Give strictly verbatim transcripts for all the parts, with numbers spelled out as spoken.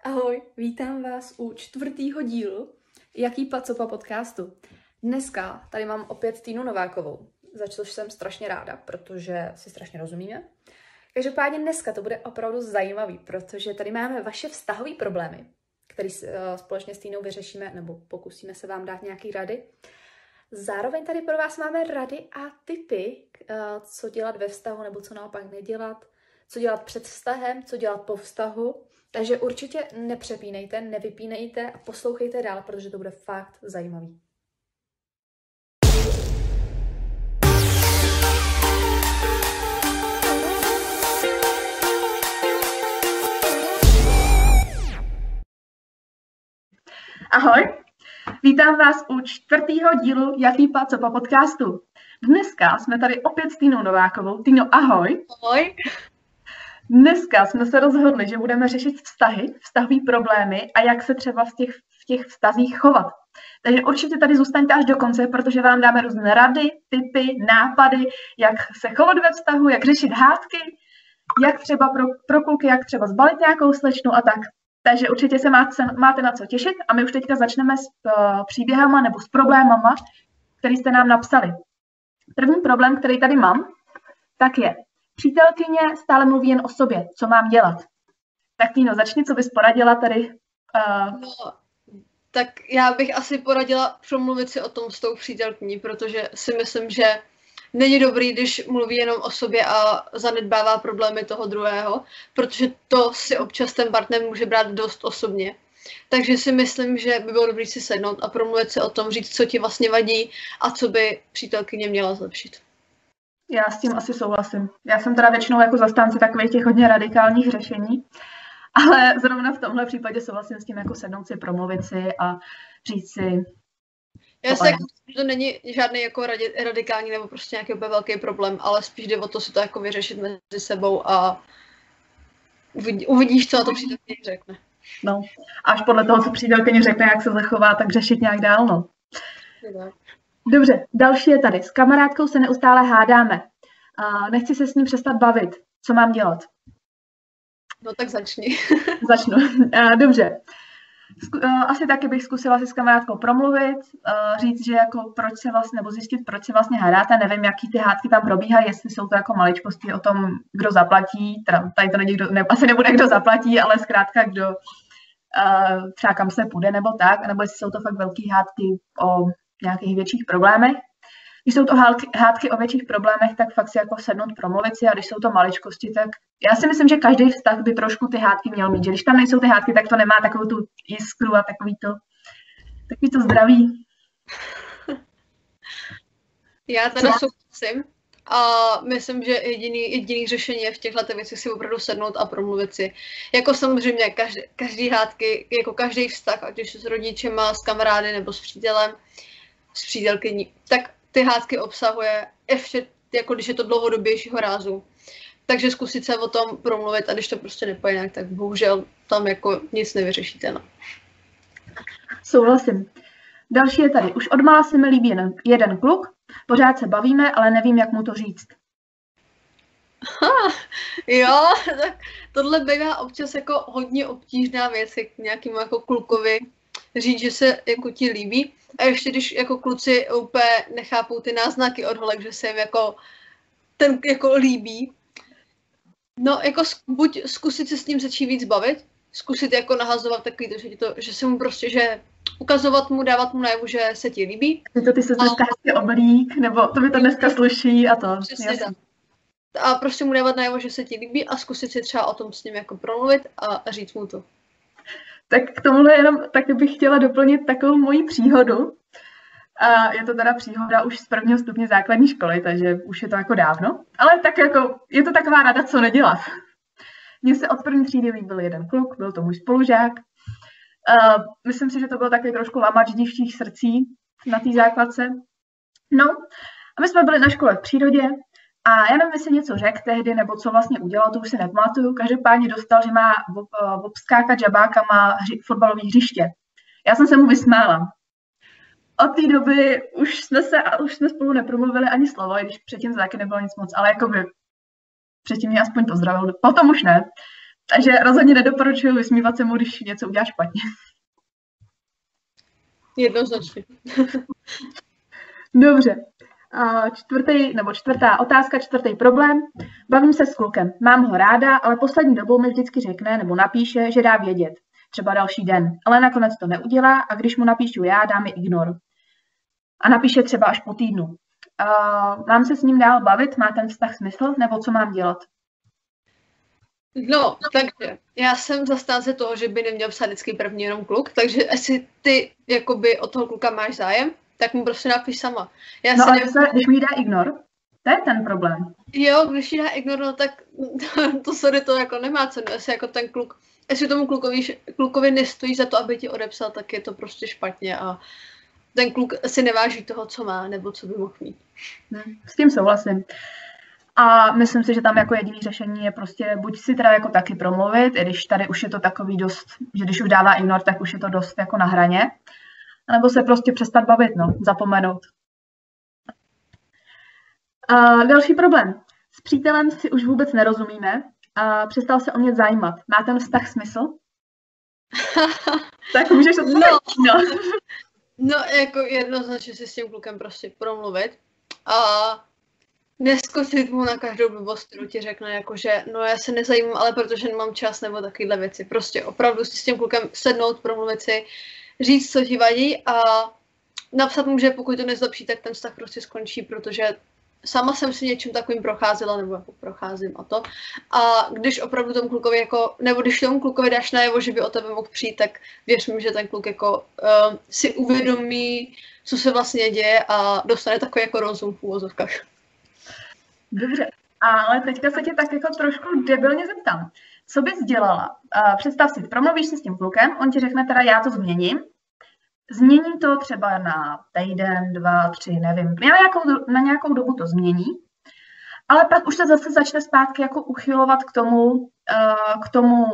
Ahoj, vítám vás u čtvrtýho dílu Jaký pacopa podcastu. Dneska tady mám opět Týnu Novákovou, za což jsem strašně ráda, protože si strašně rozumíme. Každopádně dneska to bude opravdu zajímavý, protože tady máme vaše vztahové problémy, které společně s Týnou vyřešíme, nebo pokusíme se vám dát nějaké rady. Zároveň tady pro vás máme rady a tipy, co dělat ve vztahu, nebo co naopak nedělat, co dělat před vztahem, co dělat po vztahu. Takže určitě nepřepínejte, nevypínejte a poslouchejte dál, protože to bude fakt zajímavý. Ahoj, vítám vás u čtvrtého dílu Jaký pacopa podcastu. Dneska jsme tady opět s Týnou Novákovou. Týno, ahoj. Ahoj. Dneska jsme se rozhodli, že budeme řešit vztahy, vztahové problémy a jak se třeba v těch, v těch vztazích chovat. Takže určitě tady zůstaňte až do konce, protože vám dáme různé rady, tipy, nápady, jak se chovat ve vztahu, jak řešit hádky, jak třeba pro, pro kluky, jak třeba zbalit nějakou slečnu a tak. Takže určitě se máte, máte na co těšit a my už teďka začneme s uh, příběhama nebo s problémama, který jste nám napsali. První problém, který tady mám, tak je, přítelkyně stále mluví jen o sobě, co mám dělat. Tak Týno, začni, co bys poradila tady. Uh... No, tak já bych asi poradila promluvit si o tom s tou přítelkyní, protože si myslím, že není dobrý, když mluví jenom o sobě a zanedbává problémy toho druhého, protože to si občas ten partner může brát dost osobně. Takže si myslím, že by bylo dobré si sednout a promluvit si o tom, říct, co ti vlastně vadí a co by přítelkyně měla zlepšit. Já s tím asi souhlasím. Já jsem teda většinou jako zastánce takových těch hodně radikálních řešení, ale zrovna v tomhle případě souhlasím s tím jako sednout si, promluvit si a říct si. Já si jako, že to není žádný jako radikální nebo prostě nějaký úplně velký problém, ale spíš jde o to si to jako vyřešit mezi sebou a uvidíš, co na to přítelkyně řekne. No, až podle toho, co přítelkyně řekne, jak se zachová, tak řešit nějak dál, no. Dobře, další je tady. S kamarádkou se neustále hádáme. Uh, nechci se s ní přestat bavit. Co mám dělat? No tak začni. Začnu. Uh, dobře. Uh, asi taky bych zkusila si s kamarádkou promluvit, uh, říct, že jako proč se vlastně, nebo zjistit, proč se vlastně hádáte. Nevím, jaký ty hádky tam probíhají, jestli jsou to jako maličkosti o tom, kdo zaplatí. Teda, tady to není kdo, ne, asi nebude kdo zaplatí, ale zkrátka kdo uh, třeba kam se půjde nebo tak, nebo jestli jsou to fakt velký hádky o nějakých větších problémech. Když jsou to hádky, hádky o větších problémech, tak fakt si jako sednout, promluvit si, a když jsou to maličkosti, tak já si myslím, že každý vztah by trošku ty hádky měl mít, že když tam nejsou ty hádky, tak to nemá takovou tu jiskru a takový to, takový to zdraví. Já teda souhlasím a myslím, že jediný, jediný řešení je v těchto věcech si opravdu sednout a promluvit si. Jako samozřejmě každý, každý hádky, jako každý vztah, ať už s rodičema, s kamarády nebo s přítelem, s přítelkyní, tak ty hádky obsahuje ještě, jako když je to dlouhodobějšího rázu. Takže zkusit se o tom promluvit a když to prostě nepojde, tak bohužel tam jako nic nevyřešíte. No. Souhlasím. Další je tady. Už odmala se mi líbí jeden, jeden kluk, pořád se bavíme, ale nevím, jak mu to říct. Ha, jo, tak tohle bývá občas jako hodně obtížná věc k nějakému jako klukovi říct, že se jako ti líbí. A ještě když jako kluci úplně nechápou ty náznaky od holek, že se jim jako ten jako líbí. No jako buď zkusit se s ním začít víc bavit, zkusit jako nahazovat takový to, že, to, že se mu prostě, že ukazovat mu, dávat mu najevu, že se ti líbí. To ty se dneska hezky oblík, nebo to mi to dneska sluší a to. Přesně tak. A prostě mu dávat najevu, že se ti líbí a zkusit si třeba o tom s ním jako promluvit a říct mu to. Tak k tomuhle jenom taky bych chtěla doplnit takovou moji příhodu. A je to teda příhoda už z prvního stupně základní školy, takže už je to jako dávno. Ale tak jako je to taková rada, co nedělat. Mně se od první třídy líbil jeden kluk, byl to můj spolužák. Uh, myslím si, že to byl takový trošku lamač dívčích srdcí na té základce. No, a my jsme byli na škole v přírodě a já nevím, jestli něco řekl tehdy, nebo co vlastně udělal, to už si nepamatuju. Každopádně dostal, že má obskákat žabákama hři, fotbalové hřiště. Já jsem se mu vysmála. Od té doby už jsme se už jsme spolu nepromluvili ani slovo, i když předtím to taky nebylo nic moc, ale jakoby předtím mě aspoň pozdravil, potom už ne. Takže rozhodně nedoporučuji vysmívat se mu, když něco udělá špatně. Jednoznačně. Dobře. A čtvrtý, nebo čtvrtá otázka, čtvrtý problém. Bavím se s klukem. Mám ho ráda, ale poslední dobou mi vždycky řekne nebo napíše, že dá vědět. Třeba další den. Ale nakonec to neudělá a když mu napíšu já, dá mi ignor. A napíše třeba až po týdnu. Uh, mám se s ním dál bavit? Má ten vztah smysl? Nebo co mám dělat? No, takže já jsem zastánce toho, že by neměl psát vždycky první jenom kluk, takže jestli ty jakoby od toho kluka máš zájem, tak mu prostě napiš sama. Já no ale nevím... se, když mi dá ignor, to je ten problém. Jo, když jí dá ignor, no tak to, to sorry, to jako nemá cenu. Jestli jako ten kluk, jestli tomu klukovi, klukovi nestojí za to, aby ti odepsal, tak je to prostě špatně a ten kluk si neváží toho, co má, nebo co by mohl mít. S tím souhlasím. A myslím si, že tam jako jediný řešení je prostě buď si teda jako taky promluvit, i když tady už je to takový dost, že když už dává ignor, tak už je to dost jako na hraně. Nebo se prostě přestat bavit, no, zapomenout. A další problém. S přítelem si už vůbec nerozumíme a přestal se o mě zajímat. Má ten vztah smysl? Tak můžeš odpovědět. No. no, jako jednoznačně si s tím klukem prostě promluvit a neskočit mu na každou blbost, kterou ti řekne, jakože no já se nezajímám, ale protože nemám čas nebo takovéhle věci. Prostě opravdu si s tím klukem sednout, promluvit si, říct, co ti vadí a napsat mu, že pokud to nezlepší, tak ten vztah prostě skončí, protože sama jsem si něčím takovým procházela, nebo jako procházím a to. A když opravdu tomu klukovi jako, nebo když tomu klukovi dáš najevo, že by o tebe mohl přijít, tak věř mi, že ten kluk jako uh, si uvědomí, co se vlastně děje a dostane takový jako rozum v úvozovkách. Dobře, ale teďka se tě tak jako trošku debilně zeptám. Co bys dělala? Uh, představ si, promluvíš si s tím klukem, on ti řekne teda já to změním. Změní to třeba na týden, dva, tři, nevím. Na nějakou, na nějakou dobu to změní, ale pak už se zase začne zpátky jako uchylovat k tomu, uh, k tomu,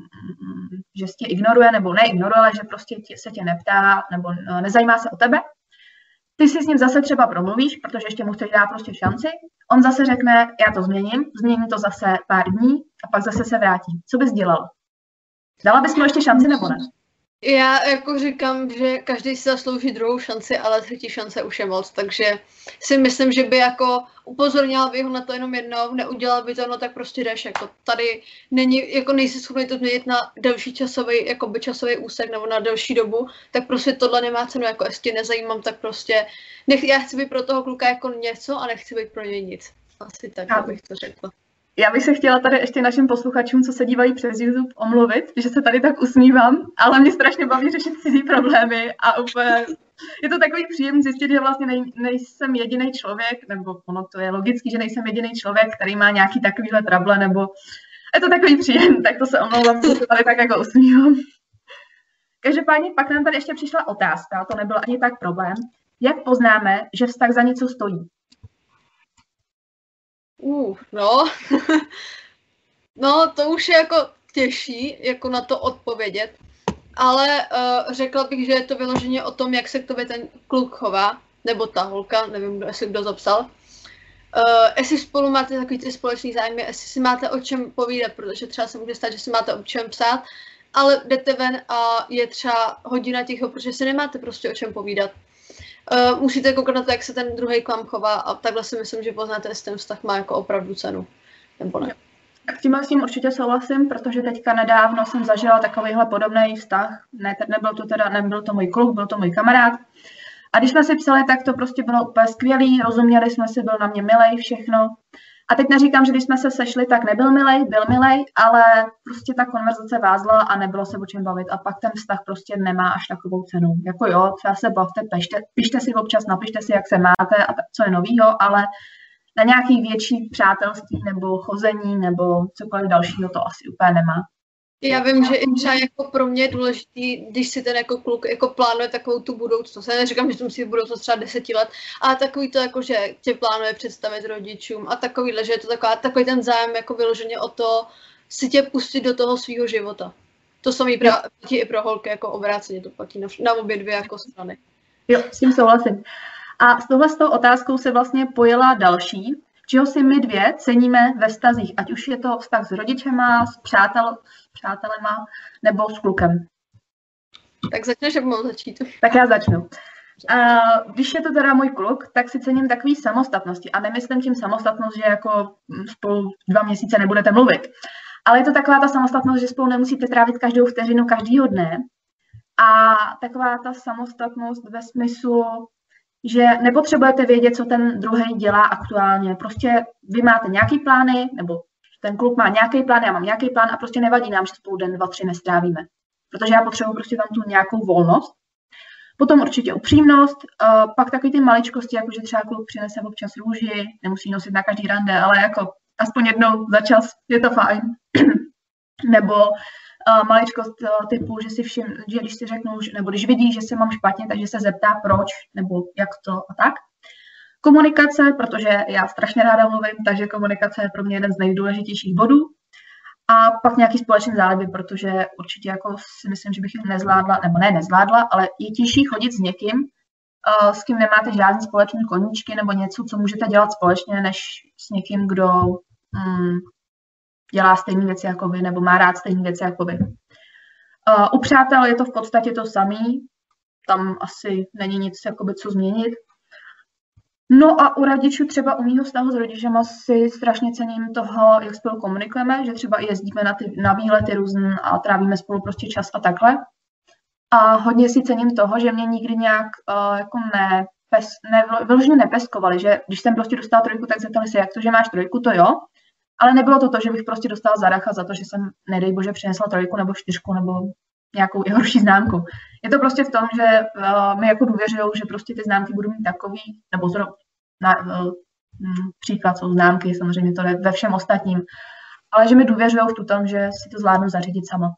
že tě ignoruje nebo neignoruje, ale že prostě tě, se tě neptá nebo uh, nezajímá se o tebe. Ty si s ním zase třeba promluvíš, protože ještě mu chceš dát prostě šanci. On zase řekne, já to změním, změní to zase pár dní a pak zase se vrátí. Co bys dělala? Dala bys mu ještě šanci nebo ne? Já jako říkám, že každý si zaslouží druhou šanci, ale třetí šance už je moc, takže si myslím, že by jako upozornila by ho na to jenom jednou, neudělala by to, no tak prostě jdeš, jako tady není, jako nejsi schopný to změnit na delší časový, jako by časový úsek nebo na delší dobu, tak prostě tohle nemá cenu, jako jestli tě nezajímám, tak prostě nech, já chci být pro toho kluka jako něco a nechci být pro něj nic. Asi tak, bych to řekla. Já bych se chtěla tady ještě našim posluchačům, co se dívají přes YouTube, omluvit, že se tady tak usmívám, ale mě strašně baví řešit cizí problémy a úplně je to takový příjemný zjistit, že vlastně nej, nejsem jediný člověk, nebo ono to je logický, že nejsem jediný člověk, který má nějaký takovýhle trable, nebo je to takový příjemný, tak to se omlouvám, že se tady tak jako usmívám. Každopádně pak nám tady ještě přišla otázka, to nebyl ani tak problém, jak poznáme, že vztah za něco stojí? Uh, no. no, to už je jako těžší, jako na to odpovědět. Ale uh, řekla bych, že je to vyloženě o tom, jak se k tobě ten kluk chová, nebo ta holka, nevím, kdo, jestli kdo zapsal. Uh, jestli spolu máte takový ty společný zájmy, jestli si máte o čem povídat, protože třeba se může stát, že si máte o čem psát, ale jdete ven a je třeba hodina ticho, protože si nemáte prostě o čem povídat. Uh, musíte koukat na to, jak se ten druhý k vám chová a takhle si myslím, že poznáte, jestli ten vztah má jako opravdu cenu, nebo ne. S tím s tím určitě souhlasím, protože teďka nedávno jsem zažila takovýhle podobný vztah. Ne, nebyl to teda, nebyl to můj kluk, byl to můj kamarád. A když jsme si psali, tak to prostě bylo úplně skvělý, rozuměli jsme si, byl na mě milej, všechno. A teď neříkám, že když jsme se sešli, tak nebyl milej, byl milej, ale prostě ta konverzace vázla a nebylo se o čem bavit. A pak ten vztah prostě nemá až takovou cenu. Jako jo, třeba se bavte, pište, pište si občas, napište si, jak se máte a co je novýho, ale na nějaký větší přátelství nebo chození nebo cokoliv dalšího to asi úplně nemá. Já vím, že i třeba jako pro mě je důležitý, když si ten jako kluk jako plánuje takovou tu budoucnost. Já neříkám, že to musí být budoucnost třeba deseti let, ale takový to jako, že tě plánuje představit rodičům a takovýhle, že je to taková, takový ten zájem jako vyloženě o to si tě pustit do toho svého života. To samý platí i pro holky, jako obráceně to platí na, na obě dvě jako strany. Jo, s tím souhlasím. A s touhle s tou otázkou se vlastně pojela další. čeho si my dvě ceníme ve vztazích, ať už je to vztah s rodičema, s, přátel, s přátelema nebo s klukem. Tak začneš, jak mám začít. Tak já začnu. A když je to teda můj kluk, tak si cením takový samostatnosti. A nemyslím tím samostatnost, že jako spolu dva měsíce nebudete mluvit. Ale je to taková ta samostatnost, že spolu nemusíte trávit každou vteřinu každýho dne. A taková ta samostatnost ve smyslu, že nepotřebujete vědět, co ten druhý dělá aktuálně. Prostě vy máte nějaký plány, nebo ten kluk má nějaký plán, já mám nějaký plán a prostě nevadí nám, že spolu den, dva, tři nestrávíme. Protože já potřebuji prostě tam tu nějakou volnost. Potom určitě upřímnost, uh, pak takový ty maličkosti, jako že třeba kluk přinese občas růži, nemusí nosit na každý rande, ale jako aspoň jednou za čas je to fajn. Nebo uh, maličkost uh, typu, že si všim, že když si řeknu, nebo když vidí, že se mám špatně, takže se zeptá proč, nebo jak to a tak. Komunikace, protože já strašně ráda mluvím, takže komunikace je pro mě jeden z nejdůležitějších bodů. A pak nějaký společný záliby, protože určitě jako si myslím, že bych je nezvládla, nebo ne nezvládla, ale je těžší chodit s někým, uh, s kým nemáte žádný společný koníčky nebo něco, co můžete dělat společně, než s někým, kdo um, dělá stejné věci jako vy, nebo má rád stejné věci jako vy. Uh, u přátel je to v podstatě to samý, tam asi není nic jakoby, co změnit. No a u rodičů třeba u mýho vztahu s rodičema si strašně cením toho, jak spolu komunikujeme, že třeba jezdíme na, ty, na výlety různé a trávíme spolu prostě čas a takhle. A hodně si cením toho, že mě nikdy nějak uh, jako ne, pes, ne, vyloženě nepeskovali, že když jsem prostě dostala trojku, tak zeptali se, jak to, že máš trojku, to jo. Ale nebylo to to, že bych prostě dostala zaracha za to, že jsem, nedej bože, přinesla trojku nebo čtyřku nebo nějakou i horší známku. Je to prostě v tom, že uh, mi jako důvěřujou, že prostě ty známky budu mít takový, nebo zrovna na, uh, příklad jsou známky, samozřejmě to je ve všem ostatním, ale že mi důvěřujou v tom, že si to zvládnu zařídit sama.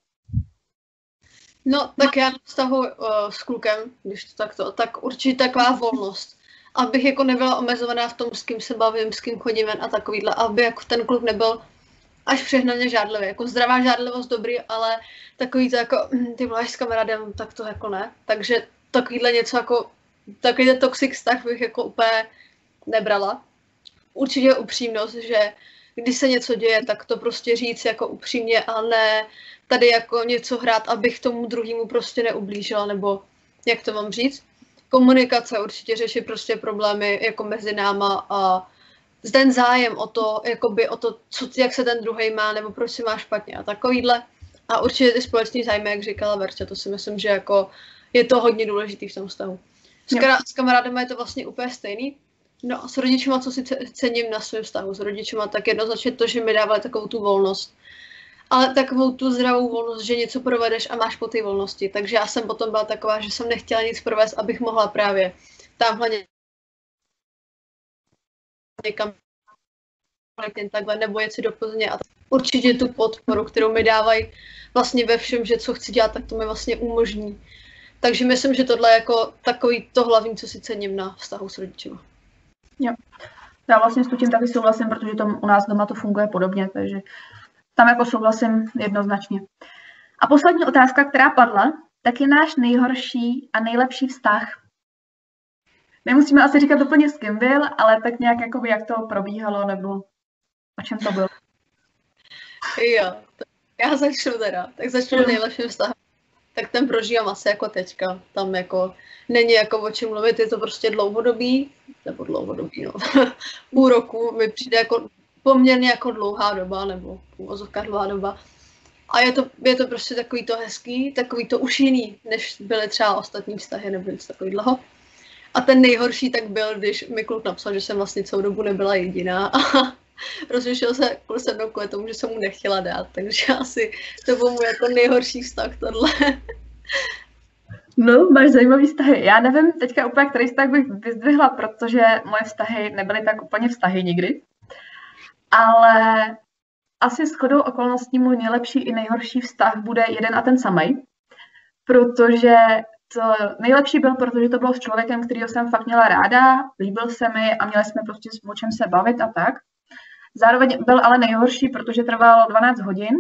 No, tak já na vztahu uh, s klukem, když to takto, tak určitě taková volnost. Abych jako nebyla omezovaná v tom, s kým se bavím, s kým chodím ven a takovýhle, aby jako ten kluk nebyl až přehnaně žádlivý. Jako zdravá žádlivost dobrý, ale takový to jako, ty mluvíš s kamarádem, tak to jako ne. Takže takovýhle něco jako, takový ten toxic vztah bych jako úplně nebrala. Určitě upřímnost, že když se něco děje, tak to prostě říct jako upřímně a ne tady jako něco hrát, abych tomu druhému prostě neublížila, nebo jak to mám říct. Komunikace určitě řeší prostě problémy jako mezi náma a ten zájem o to, jakoby o to, co, jak se ten druhej má, nebo proč si má špatně a takovýhle. A určitě ty společný zájmy, jak říkala Verča, to si myslím, že jako je to hodně důležitý v tom vztahu. S, kara- s kamarádama je to vlastně úplně stejný. No a s rodičima, co si cením na svém vztahu s rodičima, tak jednoznačně to, že mi dávali takovou tu volnost. Ale takovou tu zdravou volnost, že něco provedeš a máš po té volnosti. Takže já jsem potom byla taková, že jsem nechtěla nic provést, abych mohla právě tamhle někam takhle, nebo jet si do Plzně a určitě tu podporu, kterou mi dávají vlastně ve všem, že co chci dělat, tak to mi vlastně umožní. Takže myslím, že tohle je jako takový to hlavní, co si cením na vztahu s rodičima. Jo. Já vlastně s tím taky souhlasím, protože to u nás doma to funguje podobně, takže tam jako souhlasím jednoznačně. A poslední otázka, která padla, tak je náš nejhorší a nejlepší vztah. Nemusíme asi říkat úplně s kým byl, ale tak nějak jakoby jak to probíhalo, nebo o čem to bylo. Jo, já začnu teda. Tak začnu mm. nejlepším vztahem. Tak ten prožívám asi jako teďka. Tam jako není jako o čem mluvit, je to prostě dlouhodobý, nebo dlouhodobý, no. Půl roku mi přijde jako poměrně jako dlouhá doba, nebo uvozovka dlouhá doba. A je to, je to prostě takový to hezký, takový to už jiný, než byly třeba ostatní vztahy, nebo něco takový dlouho. A ten nejhorší tak byl, když mi kluk napsal, že jsem vlastně celou dobu nebyla jediná a rozlišil se se mnou kvůli tomu, že jsem mu nechtěla dát, takže asi to byl můj jako nejhorší vztah tohle. No, máš zajímavý vztahy. Já nevím teďka úplně, který vztah bych vyzdvihla, protože moje vztahy nebyly tak úplně vztahy nikdy. Ale asi shodou okolností můj nejlepší i nejhorší vztah bude jeden a ten samej, protože to nejlepší byl, protože to bylo s člověkem, kterýho jsem fakt měla ráda, líbil se mi a měli jsme prostě o čem se bavit a tak. Zároveň byl ale nejhorší, protože trval dvanáct hodin.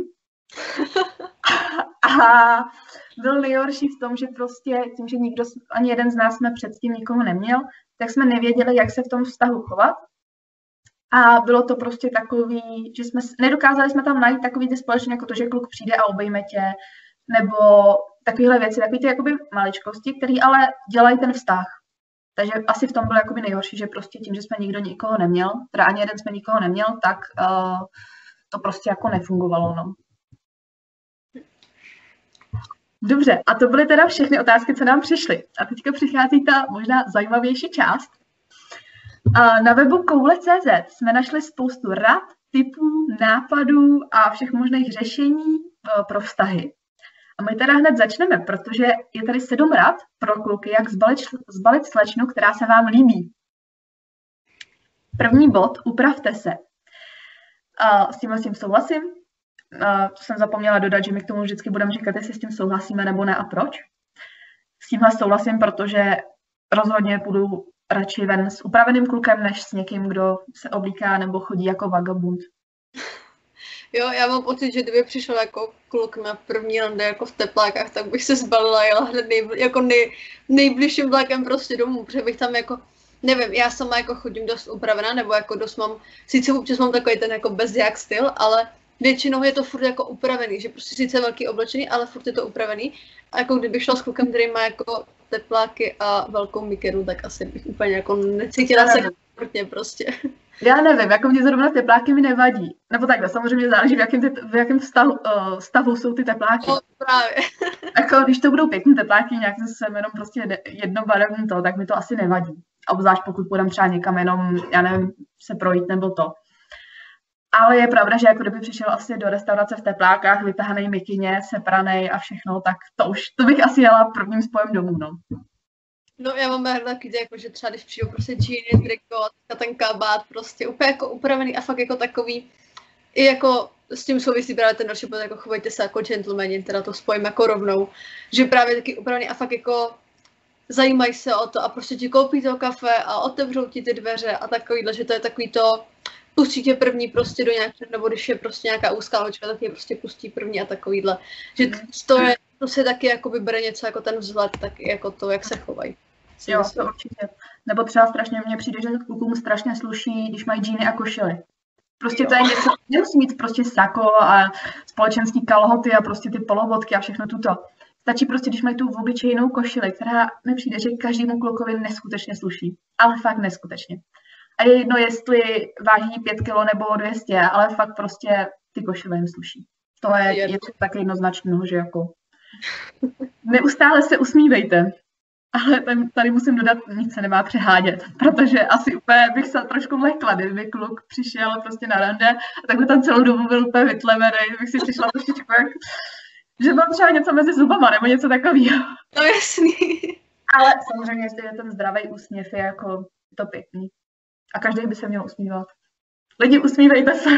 A byl nejhorší v tom, že prostě tím, že nikdo, ani jeden z nás jsme předtím nikoho neměl, tak jsme nevěděli, jak se v tom vztahu chovat. A bylo to prostě takový, že jsme nedokázali jsme tam najít takový ty společný, jako to, že kluk přijde a obejme tě, nebo takovéhle věci, takový ty jakoby maličkosti, které ale dělají ten vztah. Takže asi v tom bylo jakoby nejhorší, že prostě tím, že jsme nikdo nikoho neměl, teda ani jeden jsme nikoho neměl, tak uh, to prostě jako nefungovalo, no. Dobře, a to byly teda všechny otázky, co nám přišly. A teďka přichází ta možná zajímavější část. Uh, na webu koule tečka cé zet jsme našli spoustu rad, tipů, nápadů a všech možných řešení uh, pro vztahy. A my teda hned začneme, protože je tady sedm rad pro kluky, jak zbalit, zbalit slečnu, která se vám líbí. První bod, upravte se. A s tímhle s tím souhlasím. A to jsem zapomněla dodat, že my k tomu vždycky budeme říkat, jestli s tím souhlasíme nebo ne a proč. S tímhle souhlasím, protože rozhodně půjdu radši ven s upraveným klukem, než s někým, kdo se oblíká nebo chodí jako vagabund. Jo, já mám pocit, že kdyby přišel jako kluk na první rande jako v teplákách, tak bych se zbalila a jela hned nej, jako nej, nejbližším vlakem prostě domů, protože bych tam jako, nevím, já sama jako chodím dost upravená, nebo jako dost mám, sice občas mám takový ten jako bezjak styl, ale většinou je to furt jako upravený, že prostě sice velký oblečený, ale furt je to upravený. A jako kdyby šla s klukem, který má jako tepláky a velkou mikinu, tak asi bych úplně jako necítila se komfortně prostě. Já nevím, jako mě zrovna tepláky mi nevadí. Nebo takhle, samozřejmě záleží, v jakém, ty, v jakém stavu, uh, stavu jsou ty tepláky. No, právě. Jako když to budou pěkný tepláky, nějak jsem jenom prostě jednobarevný to, tak mi to asi nevadí. Obzvlášť pokud půjdem třeba někam jenom, já nevím, se projít nebo to. Ale je pravda, že jako kdyby přišel asi do restaurace v teplákách, vytahanej mikině, sepranej a všechno, tak to už, to bych asi jela prvním spojem domů, no. No já mám ráda taky, jako, že třeba když přijdou prostě džíny, triko a ten kabát, prostě úplně jako upravený a fakt jako takový, i jako s tím souvisí právě ten další bod, jako chovejte se jako gentlemani, teda to spojím jako rovnou, že právě taky upravený a fakt jako zajímají se o to a prostě ti koupí to kafe a otevřou ti ty dveře a takovýhle, že to je takový to, pustí tě první prostě do nějaké, nebo když je prostě nějaká úzká hočka, tak je prostě pustí první a takovýhle, že to je, to se taky jako vybere něco jako ten vzhled, tak jako to, jak se chovají. Jo, to určitě. Nebo třeba strašně mně přijde, že klukům strašně sluší, když mají džíny a košily. Prostě jo. To je něco, nemusí mít prostě sako a společenský kalhoty a prostě ty polovotky a všechno tuto. Stačí prostě, když mají tu obyčejnou košili, která mi přijde, že každému klukovi neskutečně sluší. Ale fakt neskutečně. A je jedno, jestli váží pět kilo nebo dvě stě, ale fakt prostě ty košile jim sluší. To je, je to tak jednoznačné, že jako neustále se usmívejte. Ale tady musím dodat, nic se nemá přehádět, protože asi úplně bych se trošku vlekla, kdyby kluk přišel prostě na rande a tak by tam celou dobu byl úplně vytlevený, bych si přišla trošičku jak, že mám třeba něco mezi zubama nebo něco takového. No jasný. Ale samozřejmě, jestli je ten zdravý úsměv, je jako to pěkný. A každý by se měl usmívat. Lidi, usmívejte se.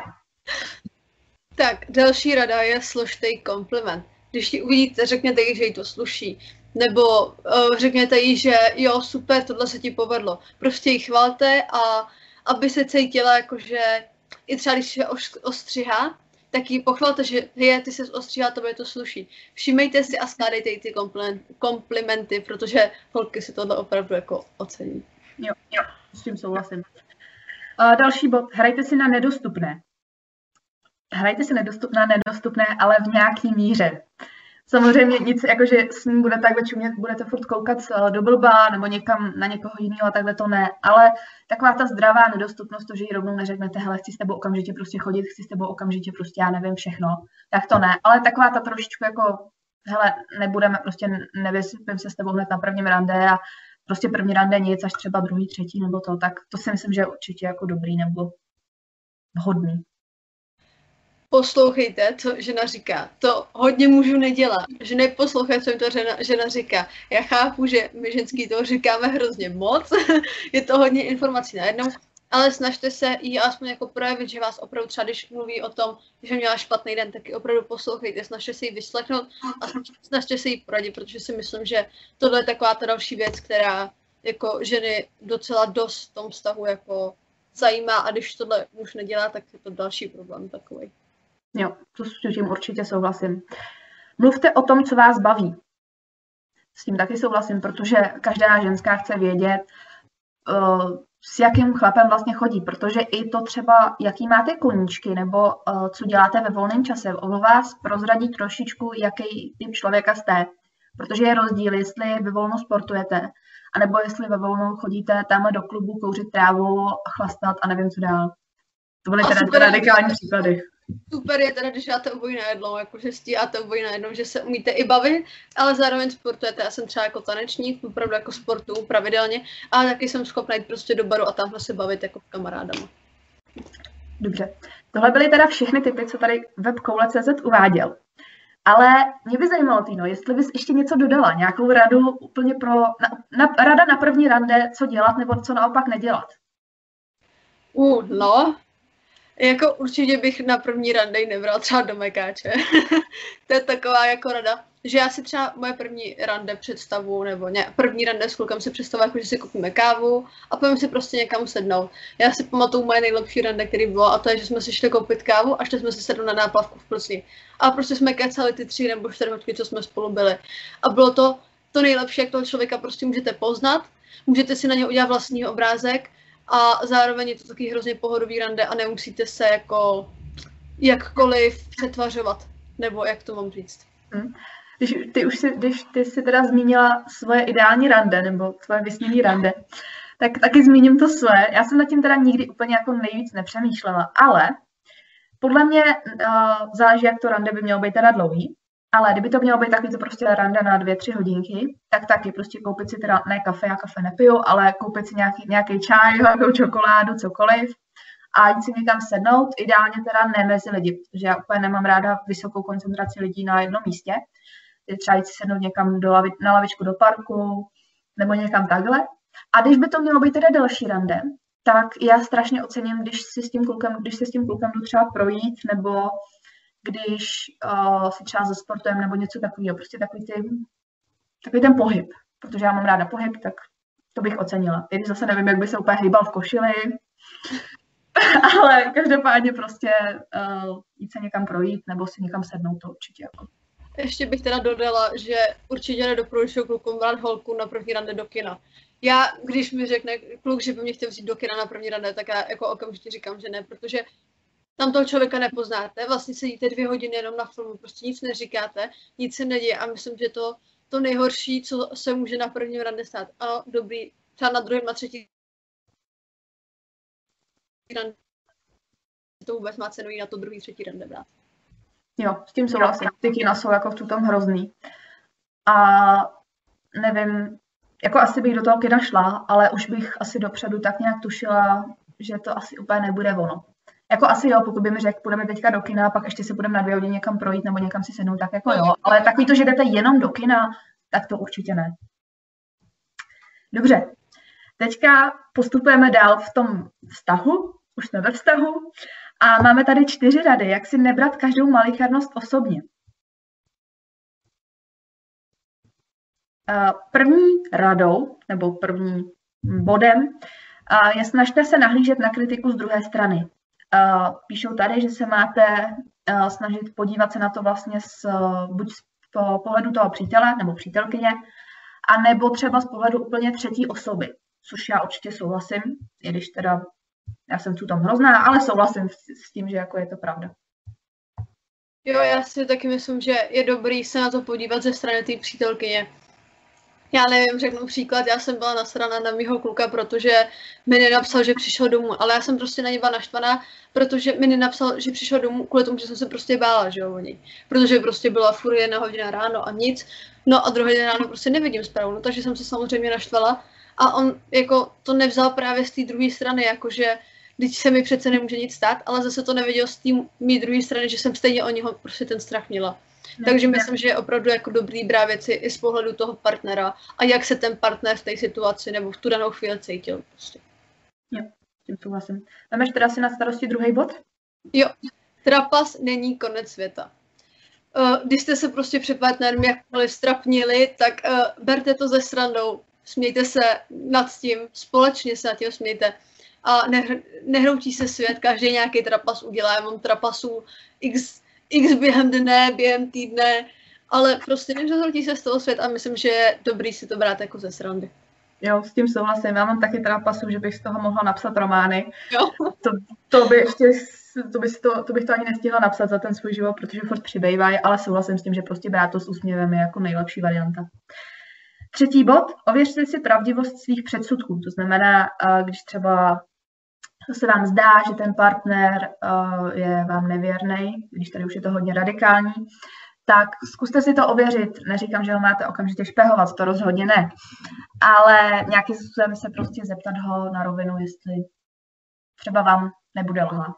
Tak, další rada je složitý kompliment. Když ti uvidíte, řekněte jí, že jí to sluší. Nebo uh, řekněte jí, že jo, super, tohle se ti povedlo. Prostě jí chvalte a aby se cítila, jakože i třeba když se ostříhá, tak jí pochvalte, že je, ty se ostříhá, tobě to sluší. Všimejte si a skládejte jí ty komplimenty, protože holky si tohle opravdu jako ocení. Jo, jo, s tím souhlasím. Uh, další bod, hrajte si na nedostupné. Hrajte si nedostup, na nedostupné, ale v nějaký míře. Samozřejmě nic, jakože s ním bude takhle čumět, budete furt koukat do blba nebo někam na někoho jiného a takhle to ne. Ale taková ta zdravá nedostupnost, to, že jí rovnou neřeknete, hele, chci s tebou okamžitě prostě chodit, chci s tebou okamžitě prostě, já nevím všechno, tak to ne. Ale taková ta trošičku jako, hele, nebudeme, prostě nevysypím se s tebou hned na prvním rande a prostě první rande nic, až třeba druhý, třetí nebo to, tak to si myslím, že je určitě jako dobrý nebo vhodný. Poslouchejte, co žena říká. To hodně mužů nedělá. Že neposlouchej, co jim to žena, žena říká. Já chápu, že my ženský toho říkáme hrozně moc. Je to hodně informací najednou. Ale snažte se jí aspoň jako projevit, že vás opravdu třeba, když mluví o tom, že měla špatný den, tak ji opravdu poslouchejte. Snažte se jí vyslechnout a snažte se jí poradit, protože si myslím, že tohle je taková ta další věc, která jako ženy docela dost v tom vztahu jako zajímá a když tohle muž nedělá, tak je to další problém takový. Jo, to s tím určitě souhlasím. Mluvte o tom, co vás baví. S tím taky souhlasím, protože každá ženská chce vědět, uh, s jakým chlapem vlastně chodí, protože i to třeba, jaký máte koníčky, nebo uh, co děláte ve volném čase, o vás prozradí trošičku, jaký typ člověka jste, protože je rozdíl, jestli ve volnu sportujete, anebo jestli ve volnu chodíte tam do klubu kouřit trávu, chlastat a nevím, co dál. To byly teda super, radikální příklady. Super je teda, když dáte obojí na jednou, jakože stíháte obojí na jednou, že se umíte i bavit, ale zároveň sportujete. Já jsem třeba jako tanečník, opravdu jako sportu pravidelně, ale taky jsem schopná jít prostě do baru a tamhle se bavit jako s kamarádama. Dobře. Tohle byly teda všechny typy, co tady web koule tečka cé zet uváděl. Ale mě by zajímalo, Týno, jestli bys ještě něco dodala, nějakou radu úplně pro, na, na, rada na první rande, co dělat nebo co naopak nedělat. Uh, no, jako určitě bych na první rande nebral třeba do mekáče. To je taková jako rada, že já si třeba moje první rande představu, nebo ne, první rande s klukem si představu, jako že si koupíme kávu a pojďme si prostě někam sednout. Já si pamatuju moje nejlepší rande, který bylo, a to je, že jsme si šli koupit kávu a šli jsme si sednout na náplavku v Plzni. A prostě jsme kecali ty tři nebo čtyři hodky, co jsme spolu byli. A bylo to to nejlepší, jak toho člověka prostě můžete poznat, můžete si na něj udělat vlastní obrázek a zároveň je to taky hrozně pohodový rande a nemusíte se jako jakkoliv přetvařovat, nebo jak to mám říct. Hmm. Když ty už si, když ty si teda zmínila svoje ideální rande, nebo svoje vysněný rande, tak taky zmíním to své. Já jsem nad tím teda nikdy úplně jako nejvíc nepřemýšlela, ale podle mě uh, záleží, jak to rande by mělo být teda dlouhý, ale kdyby to mělo být takový to prostě rande na dvě, tři hodinky, tak taky prostě koupit si teda, ne kafe, já kafe nepiju, ale koupit si nějaký, nějaký čaj, nějakou čokoládu, cokoliv a jít si někam sednout, ideálně teda ne mezi lidi, protože já úplně nemám ráda vysokou koncentraci lidí na jednom místě. Je třeba jít si sednout někam do lavi, na lavičku do parku nebo někam takhle. A když by to mělo být teda delší rande, tak já strašně ocením, když si s tím klukem, když se s tím klukem jdu třeba projít, nebo když uh, si třeba zasportujeme nebo něco takového, prostě takový, ty, takový ten pohyb, protože já mám ráda pohyb, tak to bych ocenila. I když zase nevím, jak by se úplně hejbal v košili, ale každopádně prostě uh, jít se někam projít nebo si někam sednout, to určitě jako. Ještě bych teda dodala, že určitě nedoporučuji klukům brát holku na první rande do kina. Já, když mi řekne kluk, že by mě chtěl vzít do kina na první rande, tak já jako okamžitě říkám, že ne, protože tam toho člověka nepoznáte, vlastně sedíte dvě hodiny jenom na filmu, prostě nic neříkáte, nic se neděje a myslím, že to to nejhorší, co se může na prvním rande stát. Ano, dobrý, třeba na druhém a třetí rande to vůbec má cenu jít na to druhý, třetí rande brát. Jo, s tím souhlasím. Ty kina jsou jako v tom hrozný. A nevím, jako asi bych do toho kina šla, ale už bych asi dopředu tak nějak tušila, že to asi úplně nebude ono. Jako asi jo, pokud by mi řekl, půjdeme teďka do kina, pak ještě se budeme na dvě hodiny někam projít nebo někam si sednout, tak jako jo. Ale takový to, že jdete jenom do kina, tak to určitě ne. Dobře, teďka postupujeme dál v tom vztahu, už jsme ve vztahu a máme tady čtyři rady, jak si nebrat každou malichernost osobně. První radou, nebo první bodem, je snažte se nahlížet na kritiku z druhé strany. Píšou tady, že se máte snažit podívat se na to vlastně z, buď z pohledu toho přítele nebo přítelkyně, a nebo třeba z pohledu úplně třetí osoby, což já určitě souhlasím, i když teda já jsem tu tam hrozná, ale souhlasím s tím, že jako je to pravda. Jo, já si taky myslím, že je dobrý se na to podívat ze strany té přítelkyně. Já nevím, řeknu příklad, já jsem byla nasraná na mýho kluka, protože mi nenapsal, že přišel domů, ale já jsem prostě na něj byla naštvaná, protože mi nenapsal, že přišel domů kvůli tomu, že jsem se prostě bála, že jo, o něj. Protože prostě byla furt jedna hodina ráno a nic, no a druhý den ráno prostě nevidím zprávu, no, takže jsem se samozřejmě naštvala a on jako to nevzal právě z té druhé strany, jakože když se mi přece nemůže nic stát, ale zase to neviděl z té mý druhé strany, že jsem stejně o něho prostě ten strach měla. Ne, Takže ne. myslím, že je opravdu jako dobrý brát věci i z pohledu toho partnera a jak se ten partner v té situaci nebo v tu danou chvíli cítil. Prostě. Jo, tím souhlasím. Máš teda si na starosti druhý bod? Jo, trapas není konec světa. Uh, když jste se prostě před partnerem jakkoliv strapnili, tak uh, berte to ze srandou, smějte se nad tím, společně se nad tím smějte. A nehr- nehroutí se svět, každý nějaký trapas udělá, já mám trapasů x x během dne, během týdne, ale prostě nezhroutí se z toho svět a myslím, že je dobrý si to brát jako ze srandy. Jo, s tím souhlasím. Já mám taky teda pasu, že bych z toho mohla napsat romány. Jo. To, to, by ještě, to, by to, to bych to ani nestihla napsat za ten svůj život, protože furt přibývají, ale souhlasím s tím, že prostě brát to s úsměvem je jako nejlepší varianta. Třetí bod, ověřte si pravdivost svých předsudků. To znamená, když třeba se vám zdá, že ten partner je vám nevěrný, když tady už je to hodně radikální, tak zkuste si to ověřit. Neříkám, že ho máte okamžitě špehovat, to rozhodně ne. Ale nějakým způsobem se prostě zeptat ho na rovinu, jestli třeba vám nebude lhát.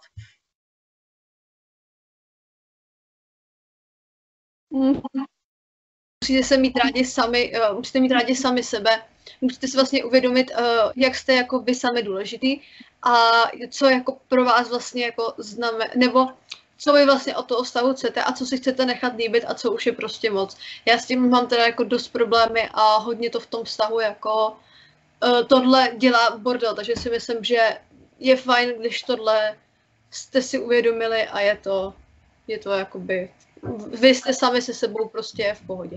Musíte se mít rádi sami, uh, musíte mít rádi sami sebe, musíte si vlastně uvědomit, uh, jak jste jako vy sami důležitý a co jako pro vás vlastně jako znamená, nebo co vy vlastně od toho vztahu chcete a co si chcete nechat líbit a co už je prostě moc. Já s tím mám teda jako dost problémy a hodně to v tom vztahu jako uh, tohle dělá bordel, takže si myslím, že je fajn, když tohle jste si uvědomili a je to, je to jakoby, vy jste sami se sebou prostě v pohodě.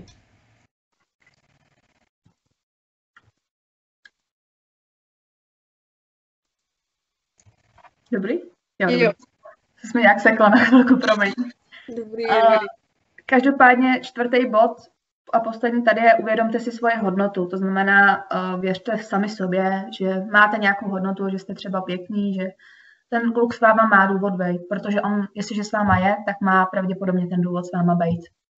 Dobrý? Jo, jo. Dobrý. Jsme nějak sekla na chvilku, promiň. Dobrý, uh, dobrý. Každopádně čtvrtý bod a poslední tady je uvědomte si svoje hodnotu. To znamená, uh, věřte sami sobě, že máte nějakou hodnotu, že jste třeba pěkný, že ten kluk s váma má důvod být, protože on, jestliže s váma je, tak má pravděpodobně ten důvod s váma být.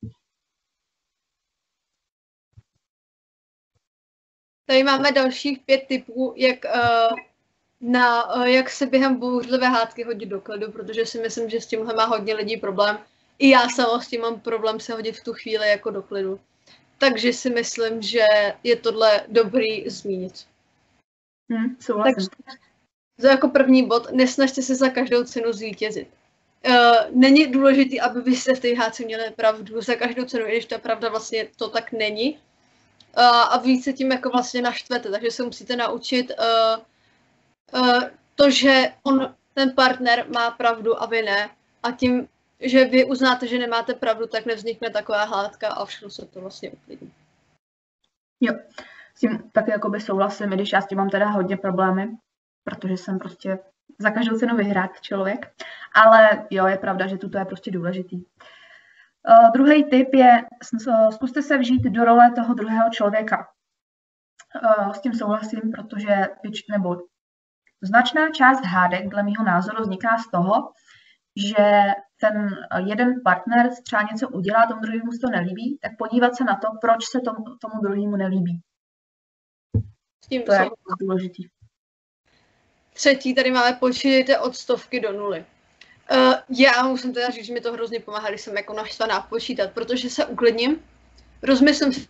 Tady máme dalších pět tipů, jak, uh, na, uh, jak se během bouřlivé hádky hodit do klidu, protože si myslím, že s tímhle má hodně lidí problém. I já sama s tím mám problém se hodit v tu chvíli jako do klidu. Takže si myslím, že je tohle dobrý zmínit. Hmm, souhlasím. Takže za jako první bod, nesnažte se za každou cenu zvítězit. Uh, není důležité, aby vy jste v té hádce měli pravdu za každou cenu, i když ta pravda vlastně to tak není. Uh, a víc se tím jako vlastně naštvete, takže se musíte naučit uh, uh, to, že on, ten partner má pravdu a vy ne. A tím, že vy uznáte, že nemáte pravdu, tak nevznikne taková hádka a všechno se to vlastně uklidní. Jo, s tím taky jakoby souhlasím, i když já s tím mám teda hodně problémy, protože jsem prostě za každou cenu vyhrát člověk. Ale jo, je pravda, že tuto je prostě důležitý. Uh, druhý tip je, zkuste se vžít do role toho druhého člověka. Uh, s tím souhlasím, protože nebo značná část hádek, dle mého názoru, vzniká z toho, že ten jeden partner třeba něco udělá, tomu druhému se to nelíbí, tak podívat se na to, proč se tomu, tomu druhému nelíbí. S tím to je důležitý. Třetí, tady máme počítejte od stovky do nuly. Uh, já musím teda říct, že mi to hrozně pomáhá, když jsem jako naštvaná počítat, protože se uklidním, rozmyslím si,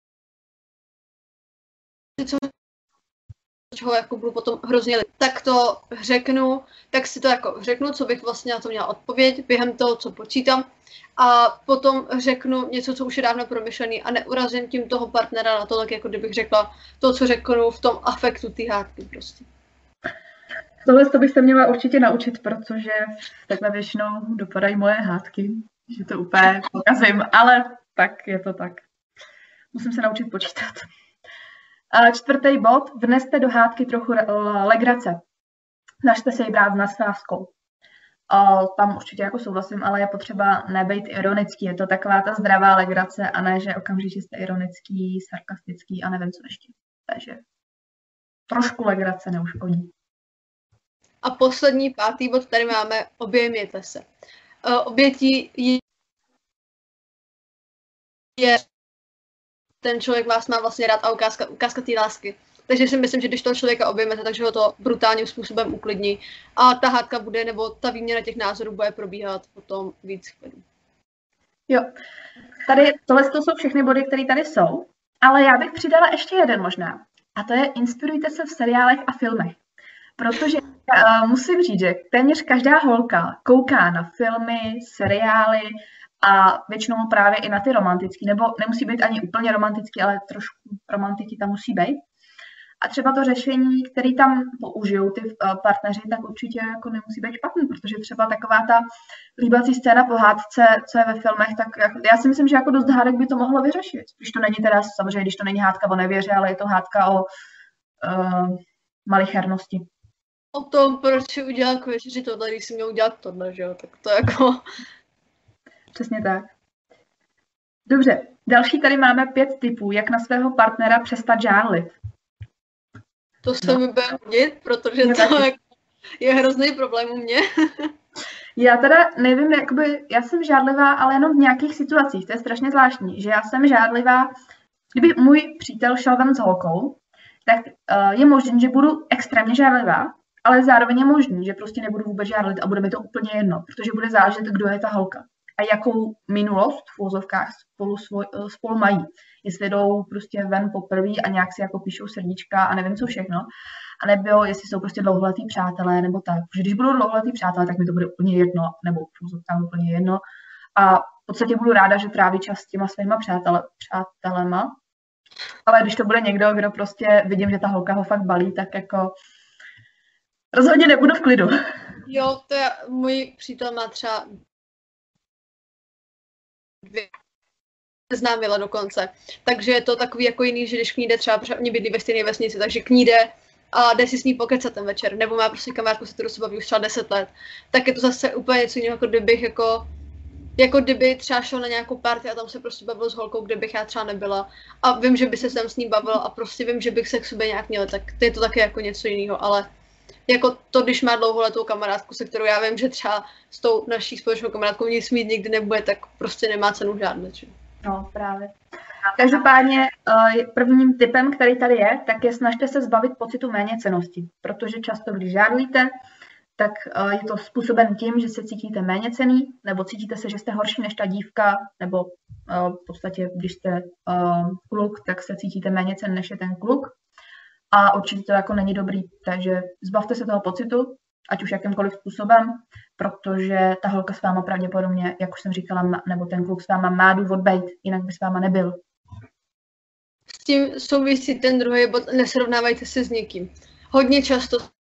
co čeho jako budu potom hrozně lid. Tak to řeknu, tak si to jako řeknu, co bych vlastně na to měla odpověď během toho, co počítám a potom řeknu něco, co už je dávno promyšlený a neurazím tím toho partnera na to, tak jako kdybych řekla to, co řeknu v tom afektu té hádky prostě. Tohle to bych se měla určitě naučit, protože takhle většinou dopadají moje hádky, že to úplně pokazím, ale tak je to tak. Musím se naučit počítat. A čtvrtý bod, vneste do hádky trochu legrace. Snažte se ji brát s nadsázkou. Tam určitě jako souhlasím, ale je potřeba nebejt ironický. Je to taková ta zdravá legrace a ne, že okamžitě jste ironický, sarkastický a nevím co ještě. Takže trošku legrace neuškodí. A poslední, pátý bod, tady máme obejměte se. Uh, obětí je, je ten člověk vás má vlastně rád a ukázka, ukázka té lásky. Takže si myslím, že když toho člověka obejmete, takže ho to brutálním způsobem uklidní a ta hádka bude, nebo ta výměna těch názorů bude probíhat potom víc chvíli. Jo, tady tohle jsou všechny body, které tady jsou, ale já bych přidala ještě jeden možná. A to je inspirujte se v seriálech a filmech. Protože uh, musím říct, že téměř každá holka kouká na filmy, seriály a většinou právě i na ty romantický, nebo nemusí být ani úplně romantický, ale trošku romantiky tam musí být. A třeba to řešení, které tam použijou ty uh, partneři, tak určitě jako nemusí být špatný, protože třeba taková ta líbací scéna po hádce, co je ve filmech, tak jako, já si myslím, že jako dost hádek by to mohlo vyřešit. Když to není teda, samozřejmě, když to není hádka o nevěře, ale je to hádka o uh, malichernosti. O tom, proč si udělat k večeři tohle, když jsi měl udělat tohle, že jo, tak to jako... Přesně tak. Dobře, další tady máme pět tipů, jak na svého partnera přestat žárlit. To se no. mi bude hodit, protože je to jako je hrozný problém u mě. Já teda nevím, jakoby, já jsem žádlivá, ale jenom v nějakých situacích, to je strašně zvláštní, že já jsem žádlivá, kdyby můj přítel šel ven s holkou, tak uh, je možné, že budu extrémně žádlivá, ale zároveň je možný, že prostě nebudu vůbec žádlit a bude mi to úplně jedno, protože bude záležet, kdo je ta holka a jakou minulost v uvozovkách spolu, svoj, spolu mají. Jestli jdou prostě ven poprvé a nějak si jako píšou srdíčka a nevím co všechno, anebo jestli jsou prostě dlouholetí přátelé nebo tak. Protože když budou dlouholetí přátelé, tak mi to bude úplně jedno, nebo v uvozovkách úplně jedno. A v podstatě budu ráda, že tráví čas s těma svýma přátele, přátelema. Ale když to bude někdo, kdo prostě vidím, že ta holka ho fakt balí, tak jako rozhodně nebudu v klidu. Jo, to je, můj přítel má třeba dvě známila dokonce. Takže je to takový jako jiný, že když k ní jde třeba, protože oni bydlí ve stejné vesnici, takže k ní jde a jde si s ní pokecat ten večer, nebo má prostě kamarádku, se kterou se baví už třeba deset let, tak je to zase úplně něco jiného, jako kdybych jako, jako kdyby třeba šel na nějakou party a tam se prostě bavil s holkou, kde bych já třeba nebyla a vím, že by se tam s ní bavil a prostě vím, že bych se k sobě nějak měla, tak to je to taky jako něco jiného, ale jako to, když má dlouholetou kamarádku, se kterou já vím, že třeba s tou naší společnou kamarádkou nic mít nikdy nebude, tak prostě nemá cenu žádné. Či? No, právě. Každopádně prvním tipem, který tady je, tak je snažte se zbavit pocitu méněcennosti, protože často, když žádlíte, tak je to způsoben tím, že se cítíte méněcenný, nebo cítíte se, že jste horší než ta dívka, nebo v podstatě, když jste kluk, tak se cítíte méněcenný než je ten kluk. A určitě to jako není dobrý, takže zbavte se toho pocitu, ať už jakýmkoliv způsobem, protože ta holka s váma pravděpodobně, jak už jsem říkala, nebo ten kluk s váma má důvod bejt, jinak by s váma nebyl. S tím souvisí ten druhý bod, nesrovnávajte se s někým. Hodně často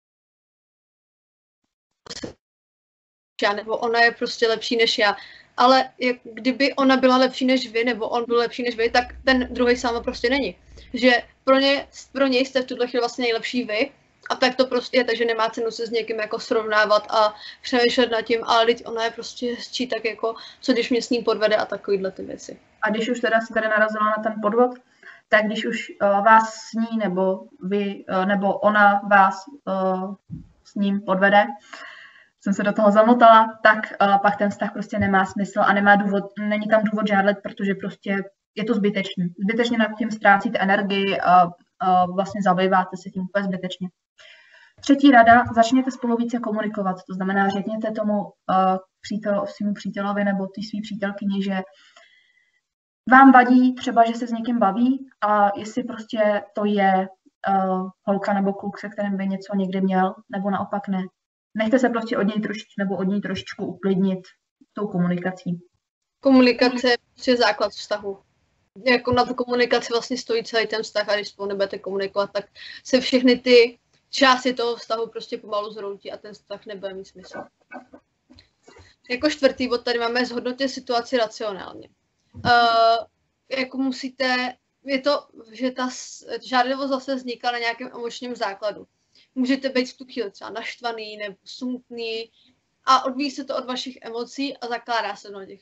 já, nebo ona je prostě lepší než já, ale jak, kdyby ona byla lepší než vy, nebo on byl lepší než vy, tak ten druhý sám prostě není. Že pro, ně, pro něj jste v tuto chvíli vlastně nejlepší vy, a tak to prostě je, takže nemá cenu se s někým jako srovnávat a přemýšlet nad tím, ale teď ona je prostě hezčí, tak jako, co když mě s ním podvede a takovýhle ty věci. A když už teda si tady narazila na ten podvod, tak když už uh, vás s ní nebo vy, uh, nebo ona vás uh, s ním podvede, jsem se do toho zamotala, tak uh, pak ten vztah prostě nemá smysl a nemá důvod, není tam důvod žádlet, protože prostě je to zbytečný. Zbytečně nad tím ztrácíte energii a, a vlastně zabýváte se tím úplně zbytečně. Třetí rada, začněte spolu více komunikovat. To znamená, řekněte tomu uh, přítel, svému přítelovi nebo té svý přítelkyni, že vám vadí třeba, že se s někým baví a jestli prostě to je uh, holka nebo kluk, se kterým by něco někdy měl, nebo naopak ne. Nechte se prostě od něj trošičku nebo od něj trošičku uklidnit tou komunikací. Komunikace je prostě základ vztahu. Jako na tu komunikaci vlastně stojí celý ten vztah a když spolu nebudete komunikovat, tak se všechny ty části toho vztahu prostě pomalu zhroutí a ten vztah nebude mít smysl. Jako čtvrtý bod tady máme zhodnotit situaci racionálně. Uh, jako musíte, je to, že ta žádlivost zase vzniká na nějakém emočním základu. Můžete být v tu chvíli třeba naštvaný nebo smutný a odvíjí se to od vašich emocí a zakládá se do těch